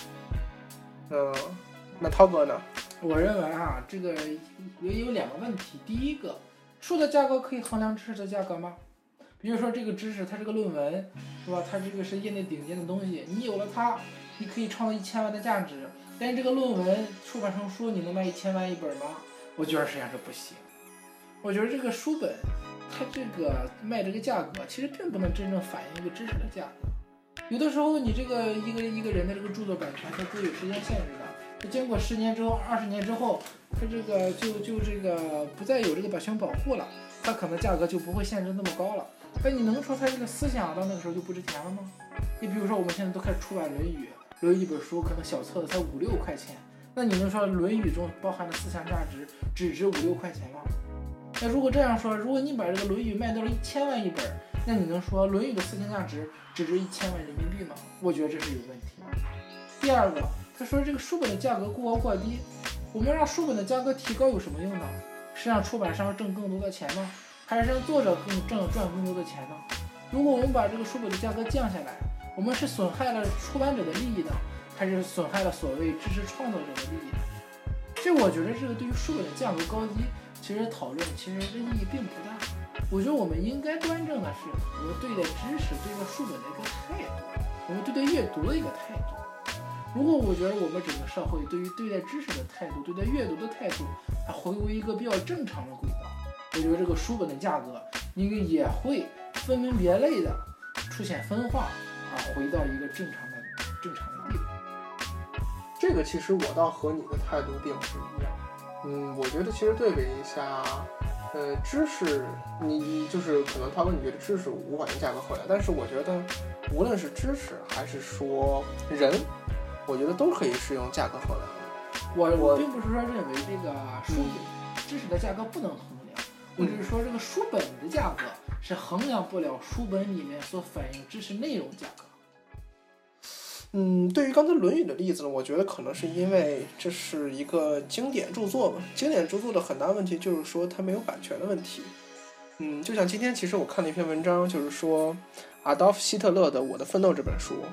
那涛哥呢？ 我认为这个也有两个问题。第一个，书的价格可以衡量知识的价格吗？比如说这个知识它是个论文，是吧？它这个是业内顶尖的东西，你有了它，你可以创造1000万的价值。但是这个论文出版成书，你能卖1000万一本吗？我觉得实际上是不行。我觉得这个书本，它这个卖这个价格，其实并不能真正反映一个知识的价格。有的时候你这个一个人的这个著作版权，它是有时间限制的。它经过10年之后、20年之后，它这个就这个不再有这个版权保护了，它可能价格就不会限制那么高了。但你能说它这个思想到那个时候就不值钱了吗？你比如说我们现在都开始出版《论语》，《论语》一本书可能小册子才5-6块钱，那你能说《论语》中包含的思想价值只值5-6块钱吗？那如果这样说，如果你把这个《论语》卖到了1000万一本，那你能说《论语》的思想价值只值1000万人民币吗？我觉得这是有问题。第二个，他说这个书本的价格过高过低，我们让书本的价格提高有什么用呢？是让出版商挣更多的钱吗？还是让作者赚更多的钱呢？如果我们把这个书本的价格降下来，我们是损害了出版者的利益呢，还是损害了所谓知识创造者的利益呢？所以我觉得这个对于书本的价格高低，其实讨论其实这意义并不大。我觉得我们应该端正的是我们对待知识、对待书本的一个态度，我们对待阅读的一个态度。如果我觉得我们整个社会对于对待知识的态度、对待阅读的态度，它回归一个比较正常的轨道，我觉得这个书本的价格应该也会分门别类的出现分化回到一个正常的地位。 这个其实我倒和你的态度并不是一样。我觉得其实对比一下，知识你就是可能他们你觉得知识无法用价格衡量，但是我觉得无论是知识还是说人，我觉得都可以是用价格衡量的。 我并不是说认为这个书本知识的价格不能衡量，我只是说这个书本的价格是衡量不了书本里面所反映知识内容价格。 对于刚才《论语》的例子呢，我觉得可能是因为这是一个经典著作嘛。经典著作的很大问题就是说它没有版权的问题。就像今天其实我看了一篇文章，就是说阿道夫·希特勒的《我的奋斗》这本书，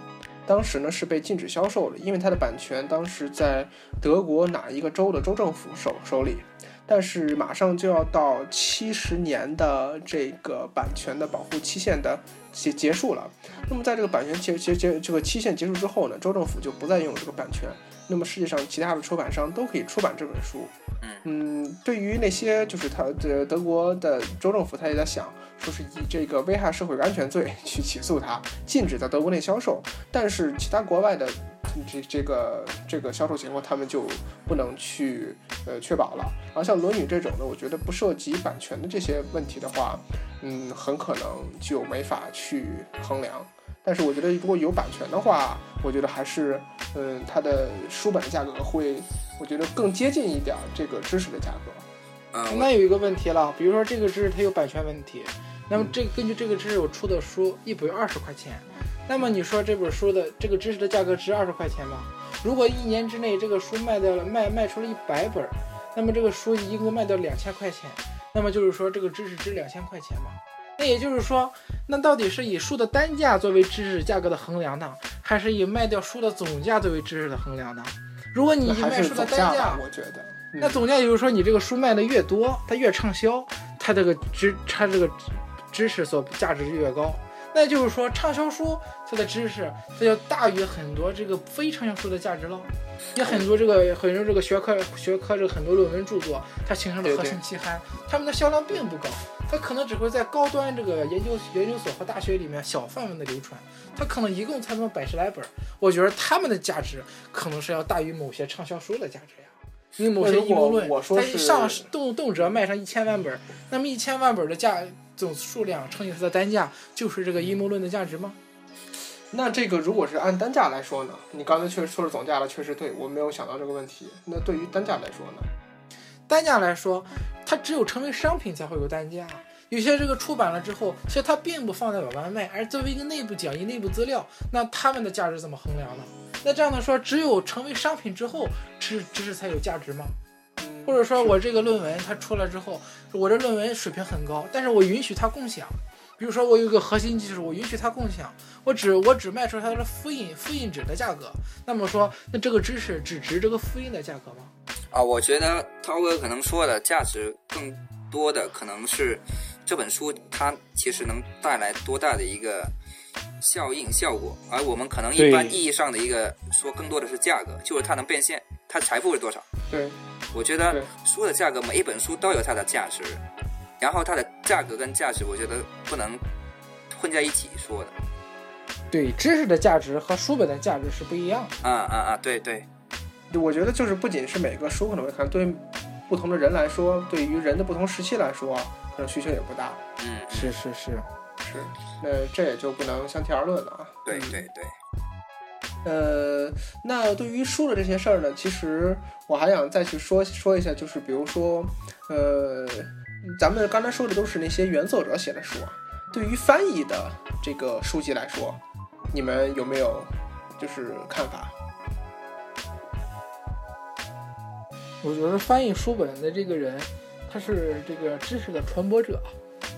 当时呢是被禁止销售了，因为它的版权当时在德国哪一个州的州政府手里。但是马上就要到70年的这个版权的保护期限的结束了。那么在这个版权这个期限结束之后呢，州政府就不再拥有这个版权。那么世界上其他的出版商都可以出版这本书。对于那些就是他的德国的州政府，他也在想说是以这个危害社会安全罪去起诉他，禁止在德国内销售。但是其他国外的这个销售情况，他们就不能去确保了。然后像《论语》这种的，我觉得不涉及版权的这些问题的话，很可能就没法去衡量。但是我觉得如果有版权的话，我觉得还是它的书本的价格会，我觉得更接近一点这个知识的价格。 那有一个问题了，比如说这个知识它有版权问题，那么根据这个知识我出的书一本20块钱，那么你说这本书的这个知识的价格值20块钱吗？如果1年之内这个书卖出了100本，那么这个书一共卖掉2000块钱，那么就是说这个知识值2000块钱吗？那也就是说，那到底是以书的单价作为知识价格的衡量呢，还是以卖掉书的总价作为知识的衡量呢？如果你以卖书的单价， 我觉得， 那总价也就是说，你这个书卖的越多，它越畅销，它这个知识所价值越高。那就是说，畅销书它的知识，它要大于很多这个非畅销书的价值了。也很多这个学科这个很多论文著作，它形成了核心期刊，它们的销量并不高，它可能只会在高端这个研究所和大学里面小范围的流传，它可能一共才那么100来本。我觉得它们的价值可能是要大于某些畅销书的价值呀。因为某些阴谋论，它动辄卖上1000万本，那么1000万本的总数量乘以它的单价，就是这个阴谋论的价值吗？ 那这个如果是按单价来说呢？你刚才确实说是总价了，确实对，我没有想到这个问题。那对于单价来说呢？ 单价来说，它只有成为商品才会有单价。有些这个出版了之后，其实它并不放在往外卖，而作为一个内部讲义、内部资料，那它们的价值怎么衡量呢？那这样的说，只有成为商品之后，知识才有价值吗？或者说我这个论文它出来之后，我这论文水平很高，但是我允许它共享。比如说我有一个核心技术，我允许它共享，我只卖出它的复印纸的价格，那么说那这个知识只值这个复印的价格吗？ 我觉得涛哥可能说的价值更多的可能是这本书它其实能带来多大的一个效果，而我们可能一般意义上的一个说更多的是价格，就是它能变现，它财富是多少。 对， 我觉得书的价格每一本书都有它的价值，然后它的价格跟价值我觉得不能混在一起说的。 对，知识的价值和书本的价值是不一样的。 对对， 我觉得就是不仅是每个书可能会看，对不同的人来说，对于人的不同时期来说，可能需求也不大。 是， 那这也就不能相提而论了啊。 对对对。 那对于书的这些事儿呢，其实我还想再去说一下，就是比如说，咱们刚才说的都是那些原作者写的书啊。对于翻译的这个书籍来说，你们有没有就是看法？ 我觉得翻译书本的这个人，他是这个知识的传播者。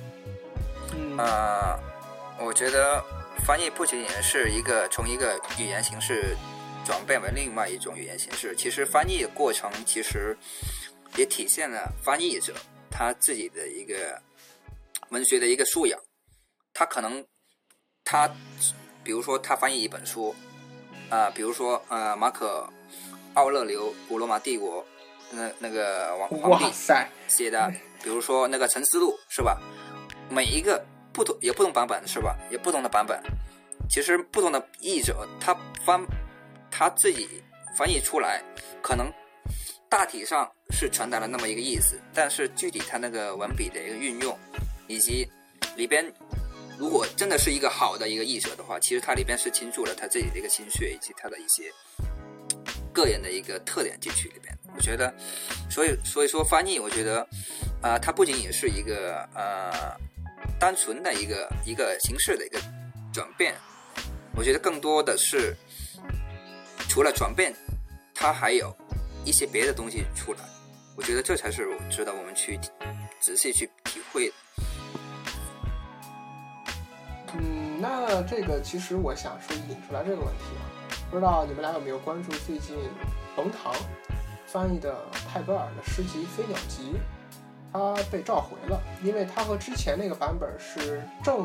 我觉得翻译不仅仅是从一个语言形式转变为另外一种语言形式，其实翻译的过程其实也体现了翻译者他自己的一个文学的一个素养。他可能比如说他翻译一本书比如说马可奥勒留古罗马帝国那个皇帝写的，比如说那个沉思录是吧，每一个不同版本是吧，也不同的版本，其实不同的译者他自己翻译出来，可能大体上是传达了那么一个意思，但是具体他那个文笔的一个运用，以及里边如果真的是一个好的一个译者的话，其实它里边是倾注了他自己的一个心血以及他的一些个人的一个特点进去里边。我觉得所以说翻译，我觉得它不仅仅是一个单纯的一个形式的一个转变，我觉得更多的是除了转变，它还有一些别的东西出来。我觉得这才是值得我们去仔细去体会的。 那这个其实我想说引出来这个问题啊，不知道你们俩有没有关注最近冯唐翻译的泰戈尔的诗集《飞鸟集》，他被召回了，因为他和之前那个版本是郑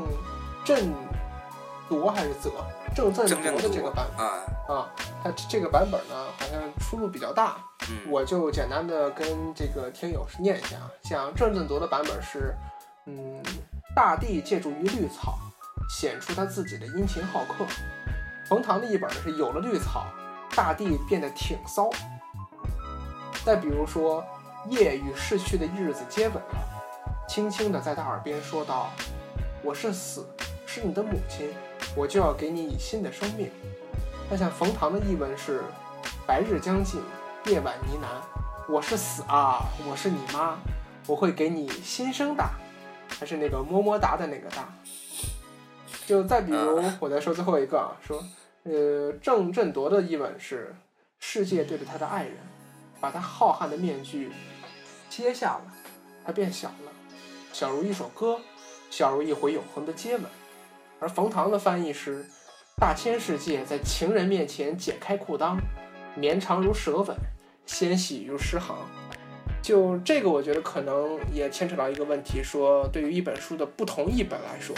铎还是郑振铎的这个版本啊，他这个版本呢好像出入比较大。我就简单的跟这个听友念一下，像郑振铎的版本是，大地借助于绿草，显出他自己的殷勤好客。冯唐的一本是有了绿草，大地变得挺骚。再比如说，夜与逝去的日子接吻了，轻轻地在他耳边说道：“我是死，是你的母亲，我就要给你以新的生命。”那像冯唐的译文是：“白日将近，夜晚呢喃，我是死啊，我是你妈，我会给你新生的。”还是那个么么哒的那个哒。就再比如，我再说最后一个啊，说，郑振铎的译文是：世界对着他的爱人，把他浩瀚的面具揭下了，他变小了，小如一首歌，小如一回永恒的接吻。而冯唐的翻译是：大千世界在情人面前解开裤裆，绵长如舌吻，纤细如诗行。就这个我觉得可能也牵扯到一个问题，说对于一本书的不同译本来说，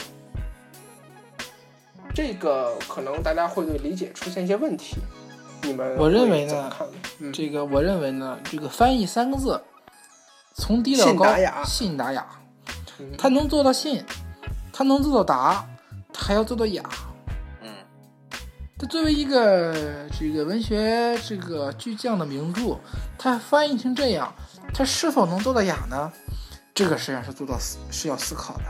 这个可能大家会对理解出现一些问题。你们我认为呢， 这个我认为呢，这个翻译三个字从低到高，信达雅，他能做到信，他能做到达，他还要做到雅。他作为一个这个文学这个巨匠的名著，他翻译成这样，他是否能做到雅呢？这个实际上是要思考的。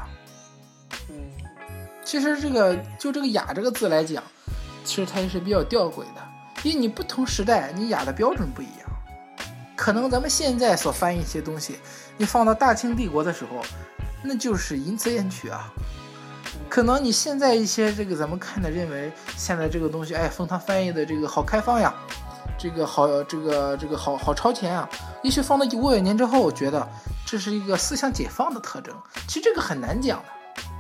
其实这个雅这个字来讲，其实它也是比较吊诡的，因为你不同时代你雅的标准不一样。可能咱们现在所翻译一些东西，你放到大清帝国的时候，那就是淫词艳曲啊。可能你现在一些这个咱们看的认为现在这个东西，冯唐翻译的这个好开放呀，这个好好超前啊，也许放到500年之后，我觉得这是一个思想解放的特征。其实这个很难讲的，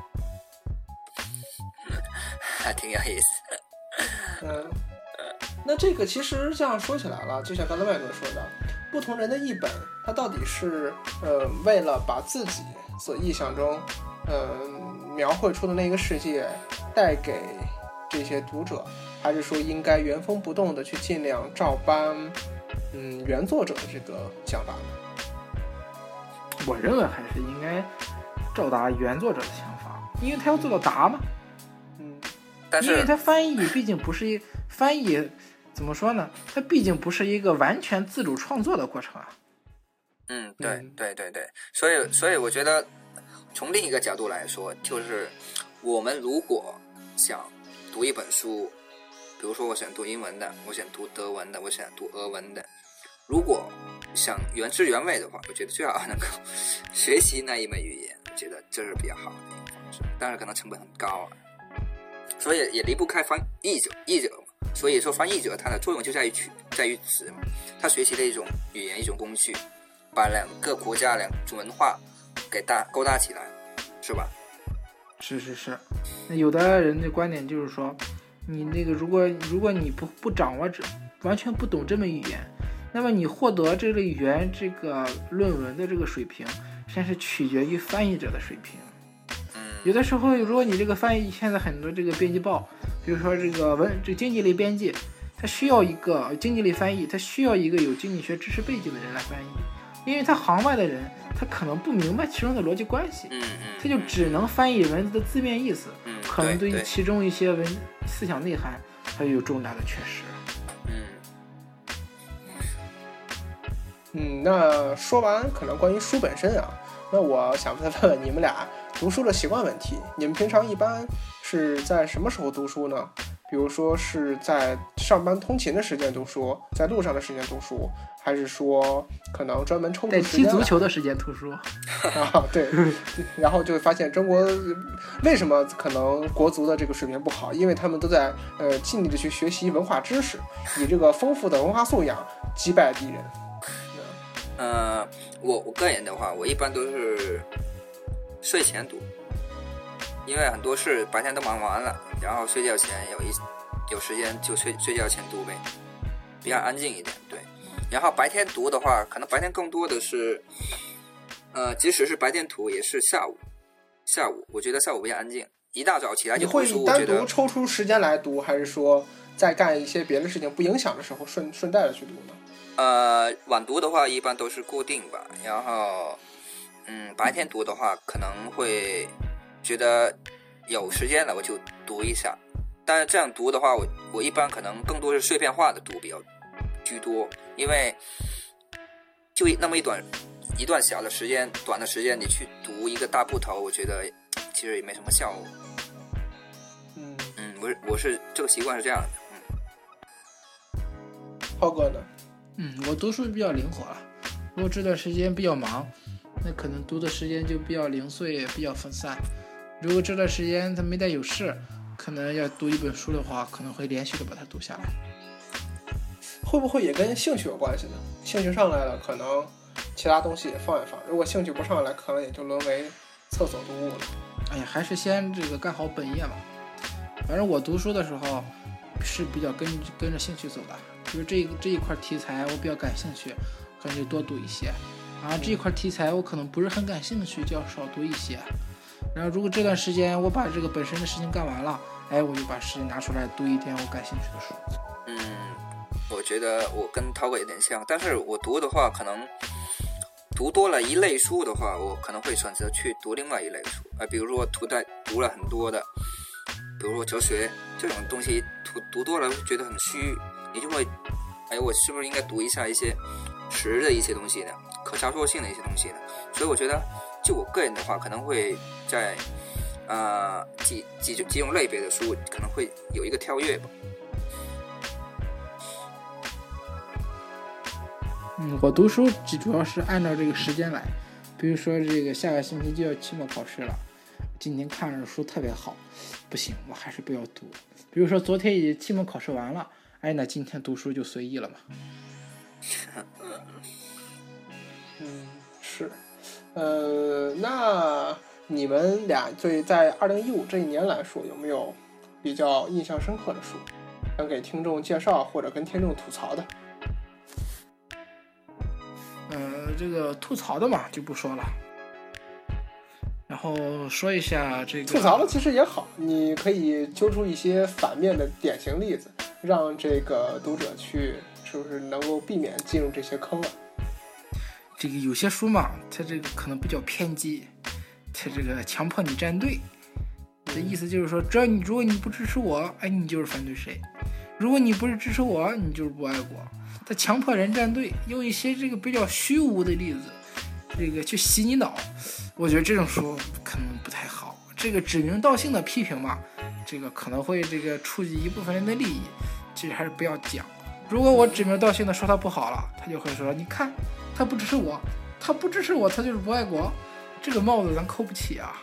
还挺有意思。 那这个其实这样说起来了，就像刚才麦哥说的，不同人的译本，它到底是为了把自己所臆想中描绘出的那个世界带给这些读者，还是说应该原封不动的去尽量照搬原作者的这个想法呢？ 我认为还是应该照达原作者的想法，因为他要做到达嘛。 但是因为他翻译毕竟不是翻译，怎么说呢？它毕竟不是一个完全自主创作的过程啊。 对，所以我觉得从另一个角度来说，就是我们如果想读一本书，比如说我想读英文的，我想读德文的，我想读俄文的，如果想原汁原味的话，我觉得最好能够学习那一门语言，我觉得这是比较好的一个方式，当然可能成本很高啊。所以也离不开翻译者嘛，所以说翻译者它的作用就在于此嘛，他学习的一种语言，一种工具，把两个国家两种文化给勾搭起来，是吧？ 是。那有的人的观点就是说，你那个如果你不掌握完全不懂这门语言，那么你获得这个语言这个论文的这个水平，实际上是取决于翻译者的水平。有的时候，如果你这个翻译，现在很多这个编辑报，比如说这个经济类编辑，他需要一个经济类翻译，他需要一个有经济学知识背景的人来翻译，因为他行外的人他可能不明白其中的逻辑关系，他就只能翻译文字的字面意思，可能对于其中一些思想内涵它有重大的缺失。 那说完可能关于书本身啊，那我想再问问你们俩读书的习惯问题。你们平常一般是在什么时候读书呢？比如说是在上班通勤的时间读书，在路上的时间读书，还是说可能专门抽出时间在踢足球的时间读书啊？对，然后就会发现中国为什么可能国足的这个水平不好，因为他们都在尽力的去学习文化知识，以这个丰富的文化素养击败敌人。我个人的话，我一般都是睡前读， 因为很多事白天都忙完了，然后睡觉前有时间就睡觉前读呗，比较安静一点。对，然后白天读的话，可能白天更多的是，即使是白天读也是下午，我觉得下午比较安静。一大早起来就读书， 你会单独抽出时间来读，还是说在干一些别的事情不影响的时候顺带着去读呢？晚读的话一般都是固定吧，然后白天读的话可能会觉得有时间了我就读一下，但是这样读的话我一般可能更多是碎片化的读比较居多，因为就那么一段小的时间短的时间你去读一个大部头，我觉得其实也没什么效果。我是这个习惯是这样的。 浩哥呢？ 我读书比较灵活了，如果这段时间比较忙，那可能读的时间就比较零碎，比较分散。如果这段时间他没带有事，可能要读一本书的话，可能会连续的把它读下来。 会不会也跟兴趣有关系呢？兴趣上来了，可能其他东西也放一放；如果兴趣不上来，可能也就沦为厕所读物了。 哎呀，还是先这个干好本业嘛。反正我读书的时候是比较跟着兴趣走的，就是这一块题材我比较感兴趣，可能就多读一些。然后这一块题材我可能不是很感兴趣，就要少读一些。然后如果这段时间我把这个本身的事情干完了，我就把时间拿出来读一点我感兴趣的书。 我觉得我跟涛哥有点像，但是我读的话可能读多了一类书的话，我可能会选择去读另外一类书。比如说读了很多的，比如说哲学这种东西读多了觉得很虚，你就会我是不是应该读一下一些实的一些东西呢，可操作性的一些东西呢？所以我觉得就我个人的话可能会在几种类别的书可能会有一个跳跃吧。 我读书主要是按照这个时间来，比如说这个下个星期就要期末考试了，今天看着书特别好，不行，我还是不要读。比如说昨天也期末考试完了，那今天读书就随意了嘛。 是，那你们俩在2015这一年来说，有没有比较印象深刻的书，想给听众介绍或者跟听众吐槽的？ 这个吐槽的嘛就不说了，然后说一下这个吐槽的其实也好，你可以揪出一些反面的典型例子，让这个读者去是不是能够避免进入这些坑了。 这个有些书嘛，它这个可能比较偏激，它这个强迫你站队的意思就是说，如果你不支持我，你就是反对谁；如果你不是支持我，你就是不爱国。他强迫人站队，用一些这个比较虚无的例子，这个去洗你脑，我觉得这种书可能不太好。这个指名道姓的批评嘛，这个可能会这个触及一部分人的利益，其实还是不要讲。如果我指名道姓的说他不好了，他就会说，你看他不支持我，他就是不爱国，这个帽子咱扣不起啊。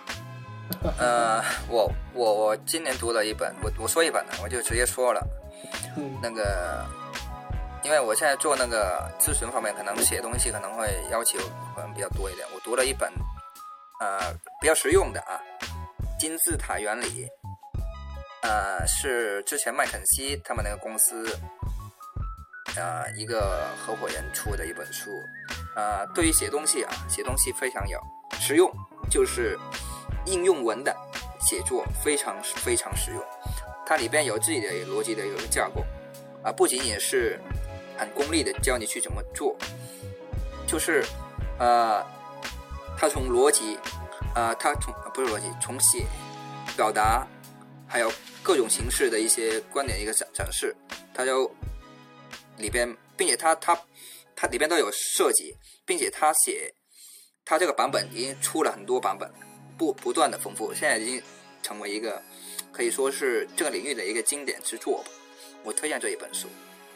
我今年读了一本，我说一本呢，我就直接说了，那个。因为我现在做那个咨询方面，可能写东西可能会要求可能比较多一点。我读了一本比较实用的金字塔原理，是之前麦肯锡他们那个公司一个合伙人出的一本书。对于写东西非常有实用，就是应用文的写作非常非常实用。它里边有自己的逻辑的有一个架构不仅仅是很功利的教你去怎么做，就是他从逻辑从写表达还有各种形式的一些观点的一个展示，他就里边，并且他里边都有设计，并且他这个版本已经出了很多版本，不断的丰富，现在已经成为一个可以说是这个领域的一个经典之作吧。我推荐这一本书。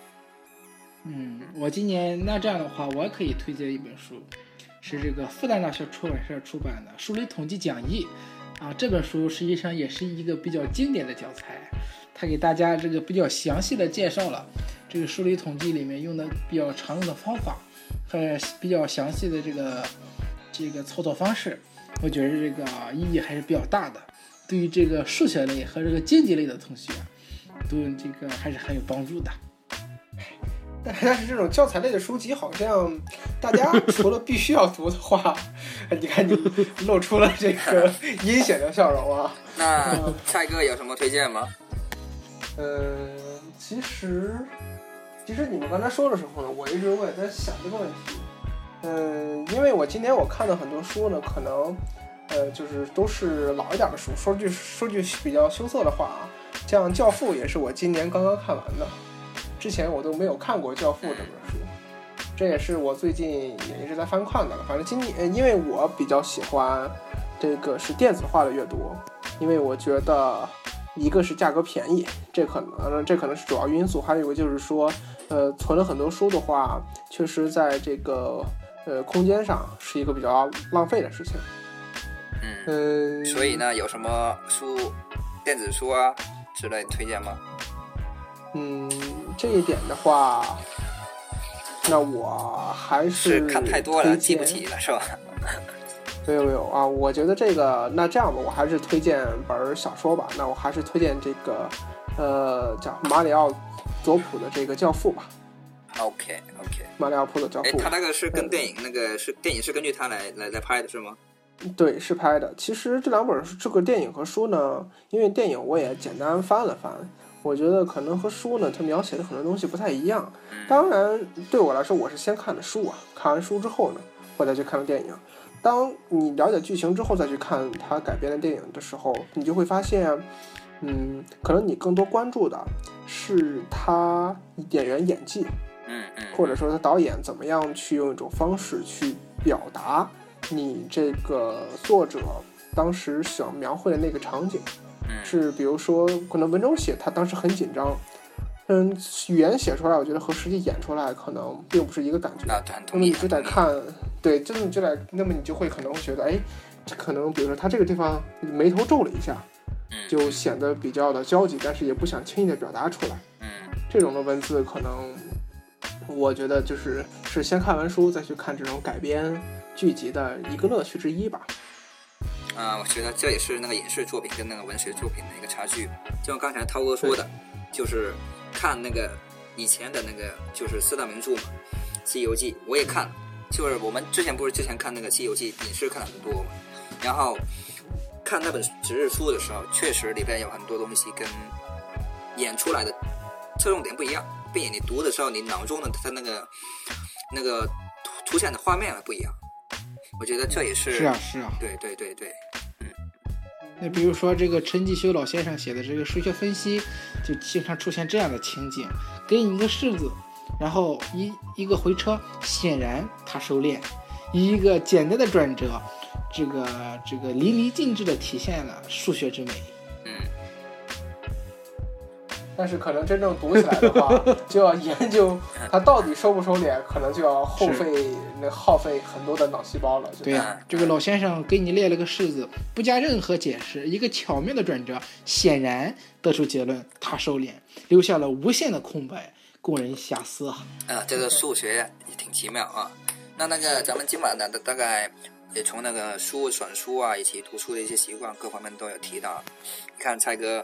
我今年那这样的话，我也可以推荐一本书，是这个复旦大学出版社出版的《数理统计讲义》这本书实际上也是一个比较经典的教材，它给大家这个比较详细的介绍了这个数理统计里面用的比较常用的方法和比较详细的这个操作方式，我觉得这个意义还是比较大的。 对于这个数学类和这个经济类的同学，都这个还是很有帮助的。 但是这种教材类的书籍，好像大家除了必须要读的话，你看你露出了这个阴险的笑容啊。 那蔡哥有什么推荐吗？ 其实你们刚才说的时候呢，我也在想这个问题。因为我今年我看的很多书呢，可能就是都是老一点的书。说句比较羞涩的话啊，像《教父》也是我今年刚刚看完的。之前我都没有看过《教父》这本书，这也是我最近也一直在翻看的。反正今年，因为我比较喜欢这个是电子化的阅读，因为我觉得一个是价格便宜，这可能是主要因素，还有一个就是说，存了很多书的话，确实在这个空间上是一个比较浪费的事情。 所以呢，有什么书、电子书啊之类推荐吗？ 这一点的话，那我还是看太多了，记不起了是吧？ 没有啊，我觉得这样吧，我还是推荐本小说吧。那我还是推荐这个叫马里奥·佐普的这个《教父》吧。 OK， 马里奥·普的《教父》。 他那个是跟电影电影是根据他来拍的是吗？ 对，是拍的。其实这两本这个电影和书呢，因为电影我也简单翻了翻。我觉得可能和书呢，它描写的很多东西不太一样。当然，对我来说，我是先看的书啊，看完书之后呢，我再去看的电影。当你了解剧情之后再去看它改编的电影的时候，你就会发现，可能你更多关注的是他演员演技，或者说他导演怎么样去用一种方式去表达你这个作者当时想描绘的那个场景。是比如说可能文中写他当时很紧张，语言写出来我觉得和实际演出来可能并不是一个感觉。那么你就得看，对，真的就得，那么你就会可能会觉得，可能比如说他这个地方眉头皱了一下，就显得比较的焦急，但是也不想轻易的表达出来。这种的文字可能我觉得是先看完书再去看这种改编剧集的一个乐趣之一吧。 我觉得这也是那个影视作品跟那个文学作品的一个差距。就像刚才涛哥说的，就是看那个以前的那个就是四大名著嘛，《西游记》我也看了，就是我们之前看那个《西游记》影视看了很多嘛，然后看那本纸质书的时候，确实里边有很多东西跟演出来的侧重点不一样，并且你读的时候，你脑中的它那个出现的画面不一样。我觉得这也是是啊， 对， 那比如说这个陈继修老先生写的这个数学分析，就经常出现这样的情景：给你一个式子，然后一个回车，显然他收敛，以一个简单的转折，这个淋漓尽致地体现了数学之美。 但是可能真正读起来的话，就要研究它到底收不收敛，可能就要耗费很多的脑细胞了。 对呀，这个老先生给你列了个式子，不加任何解释，一个巧妙的转折，显然得出结论，他收敛，留下了无限的空白，供人遐思啊。 这个数学也挺奇妙啊。那个咱们今晚的大概也从那个选书啊，以及读书的一些习惯各方面都有提到。你看蔡哥。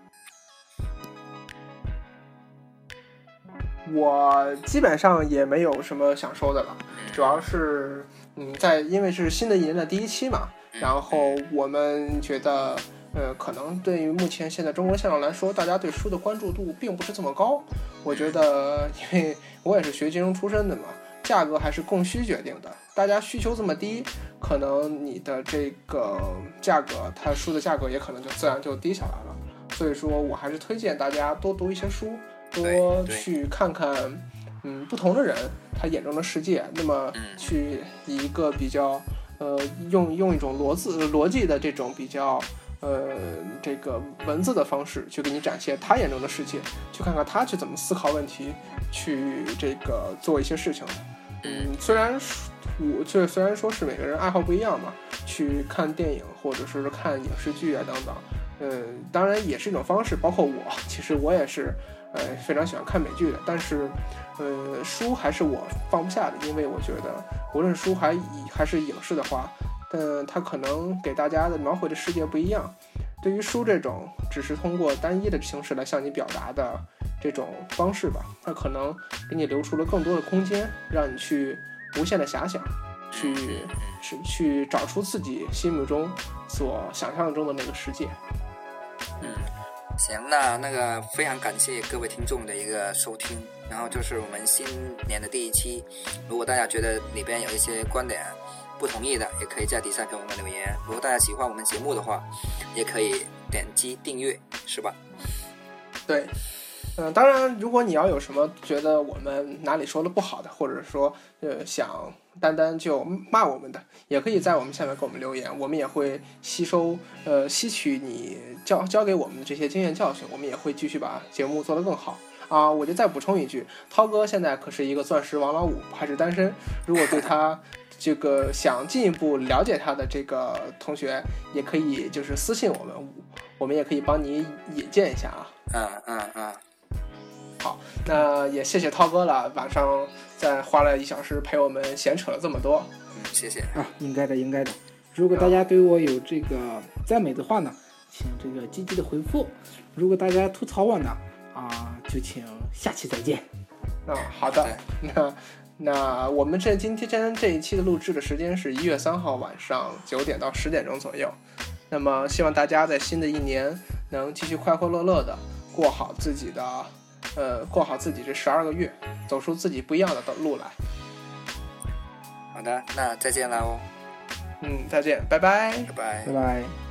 我基本上也没有什么想说的了，主要是因为是新的一年的第一期嘛，然后我们觉得可能对于目前现在中国现状来说，大家对书的关注度并不是这么高。我觉得因为我也是学金融出身的嘛，价格还是供需决定的，大家需求这么低，可能你的这个价格，它书的价格也可能就自然就低下来了。所以说我还是推荐大家多读一些书，多去看看不同的人他眼中的世界，那么去以一个比较用一种逻辑的这种比较这个文字的方式去给你展现他眼中的世界，去看看他去怎么思考问题，去这个做一些事情。虽然说是每个人爱好不一样嘛，去看电影或者是看影视剧啊等等，当然也是一种方式。包括我，其实我也是非常喜欢看美剧的，但是书还是我放不下的，因为我觉得无论书还是影视的话，它可能给大家的描绘的世界不一样。 对于书这种只是通过单一的形式来向你表达的这种方式吧，它可能给你留出了更多的空间，让你去无限的遐想，去找出自己心目中所想象中的那个世界。 行，那个非常感谢各位听众的一个收听，然后就是我们新年的第一期，如果大家觉得里边有一些观点不同意的，也可以在底下给我们留言。如果大家喜欢我们节目的话，也可以点击订阅，是吧？ 对，当然，如果你要有什么觉得我们哪里说的不好的，或者说想单单就骂我们的，也可以在我们下面给我们留言，我们也会吸取你教给我们的这些经验教训，我们也会继续把节目做得更好啊。我就再补充一句，涛哥现在可是一个钻石王老五，还是单身，如果对他这个想进一步了解他的这个同学，也可以就是私信我们，我们也可以帮你引荐一下啊。好，那也谢谢涛哥了，晚上再花了1小时陪我们闲扯了这么多。 谢谢啊，应该的。如果大家对我有这个赞美的话呢，请这个积极的回复；如果大家吐槽我呢，就请下期再见。 好的，那我们今天这一期的录制的时间是1月3号晚上9点到10点钟左右。那么希望大家在新的一年能继续快快乐乐的过好自己这12个月，走出自己不一样的路来。 好的，那再见啦哦。 再见，拜拜。 拜拜。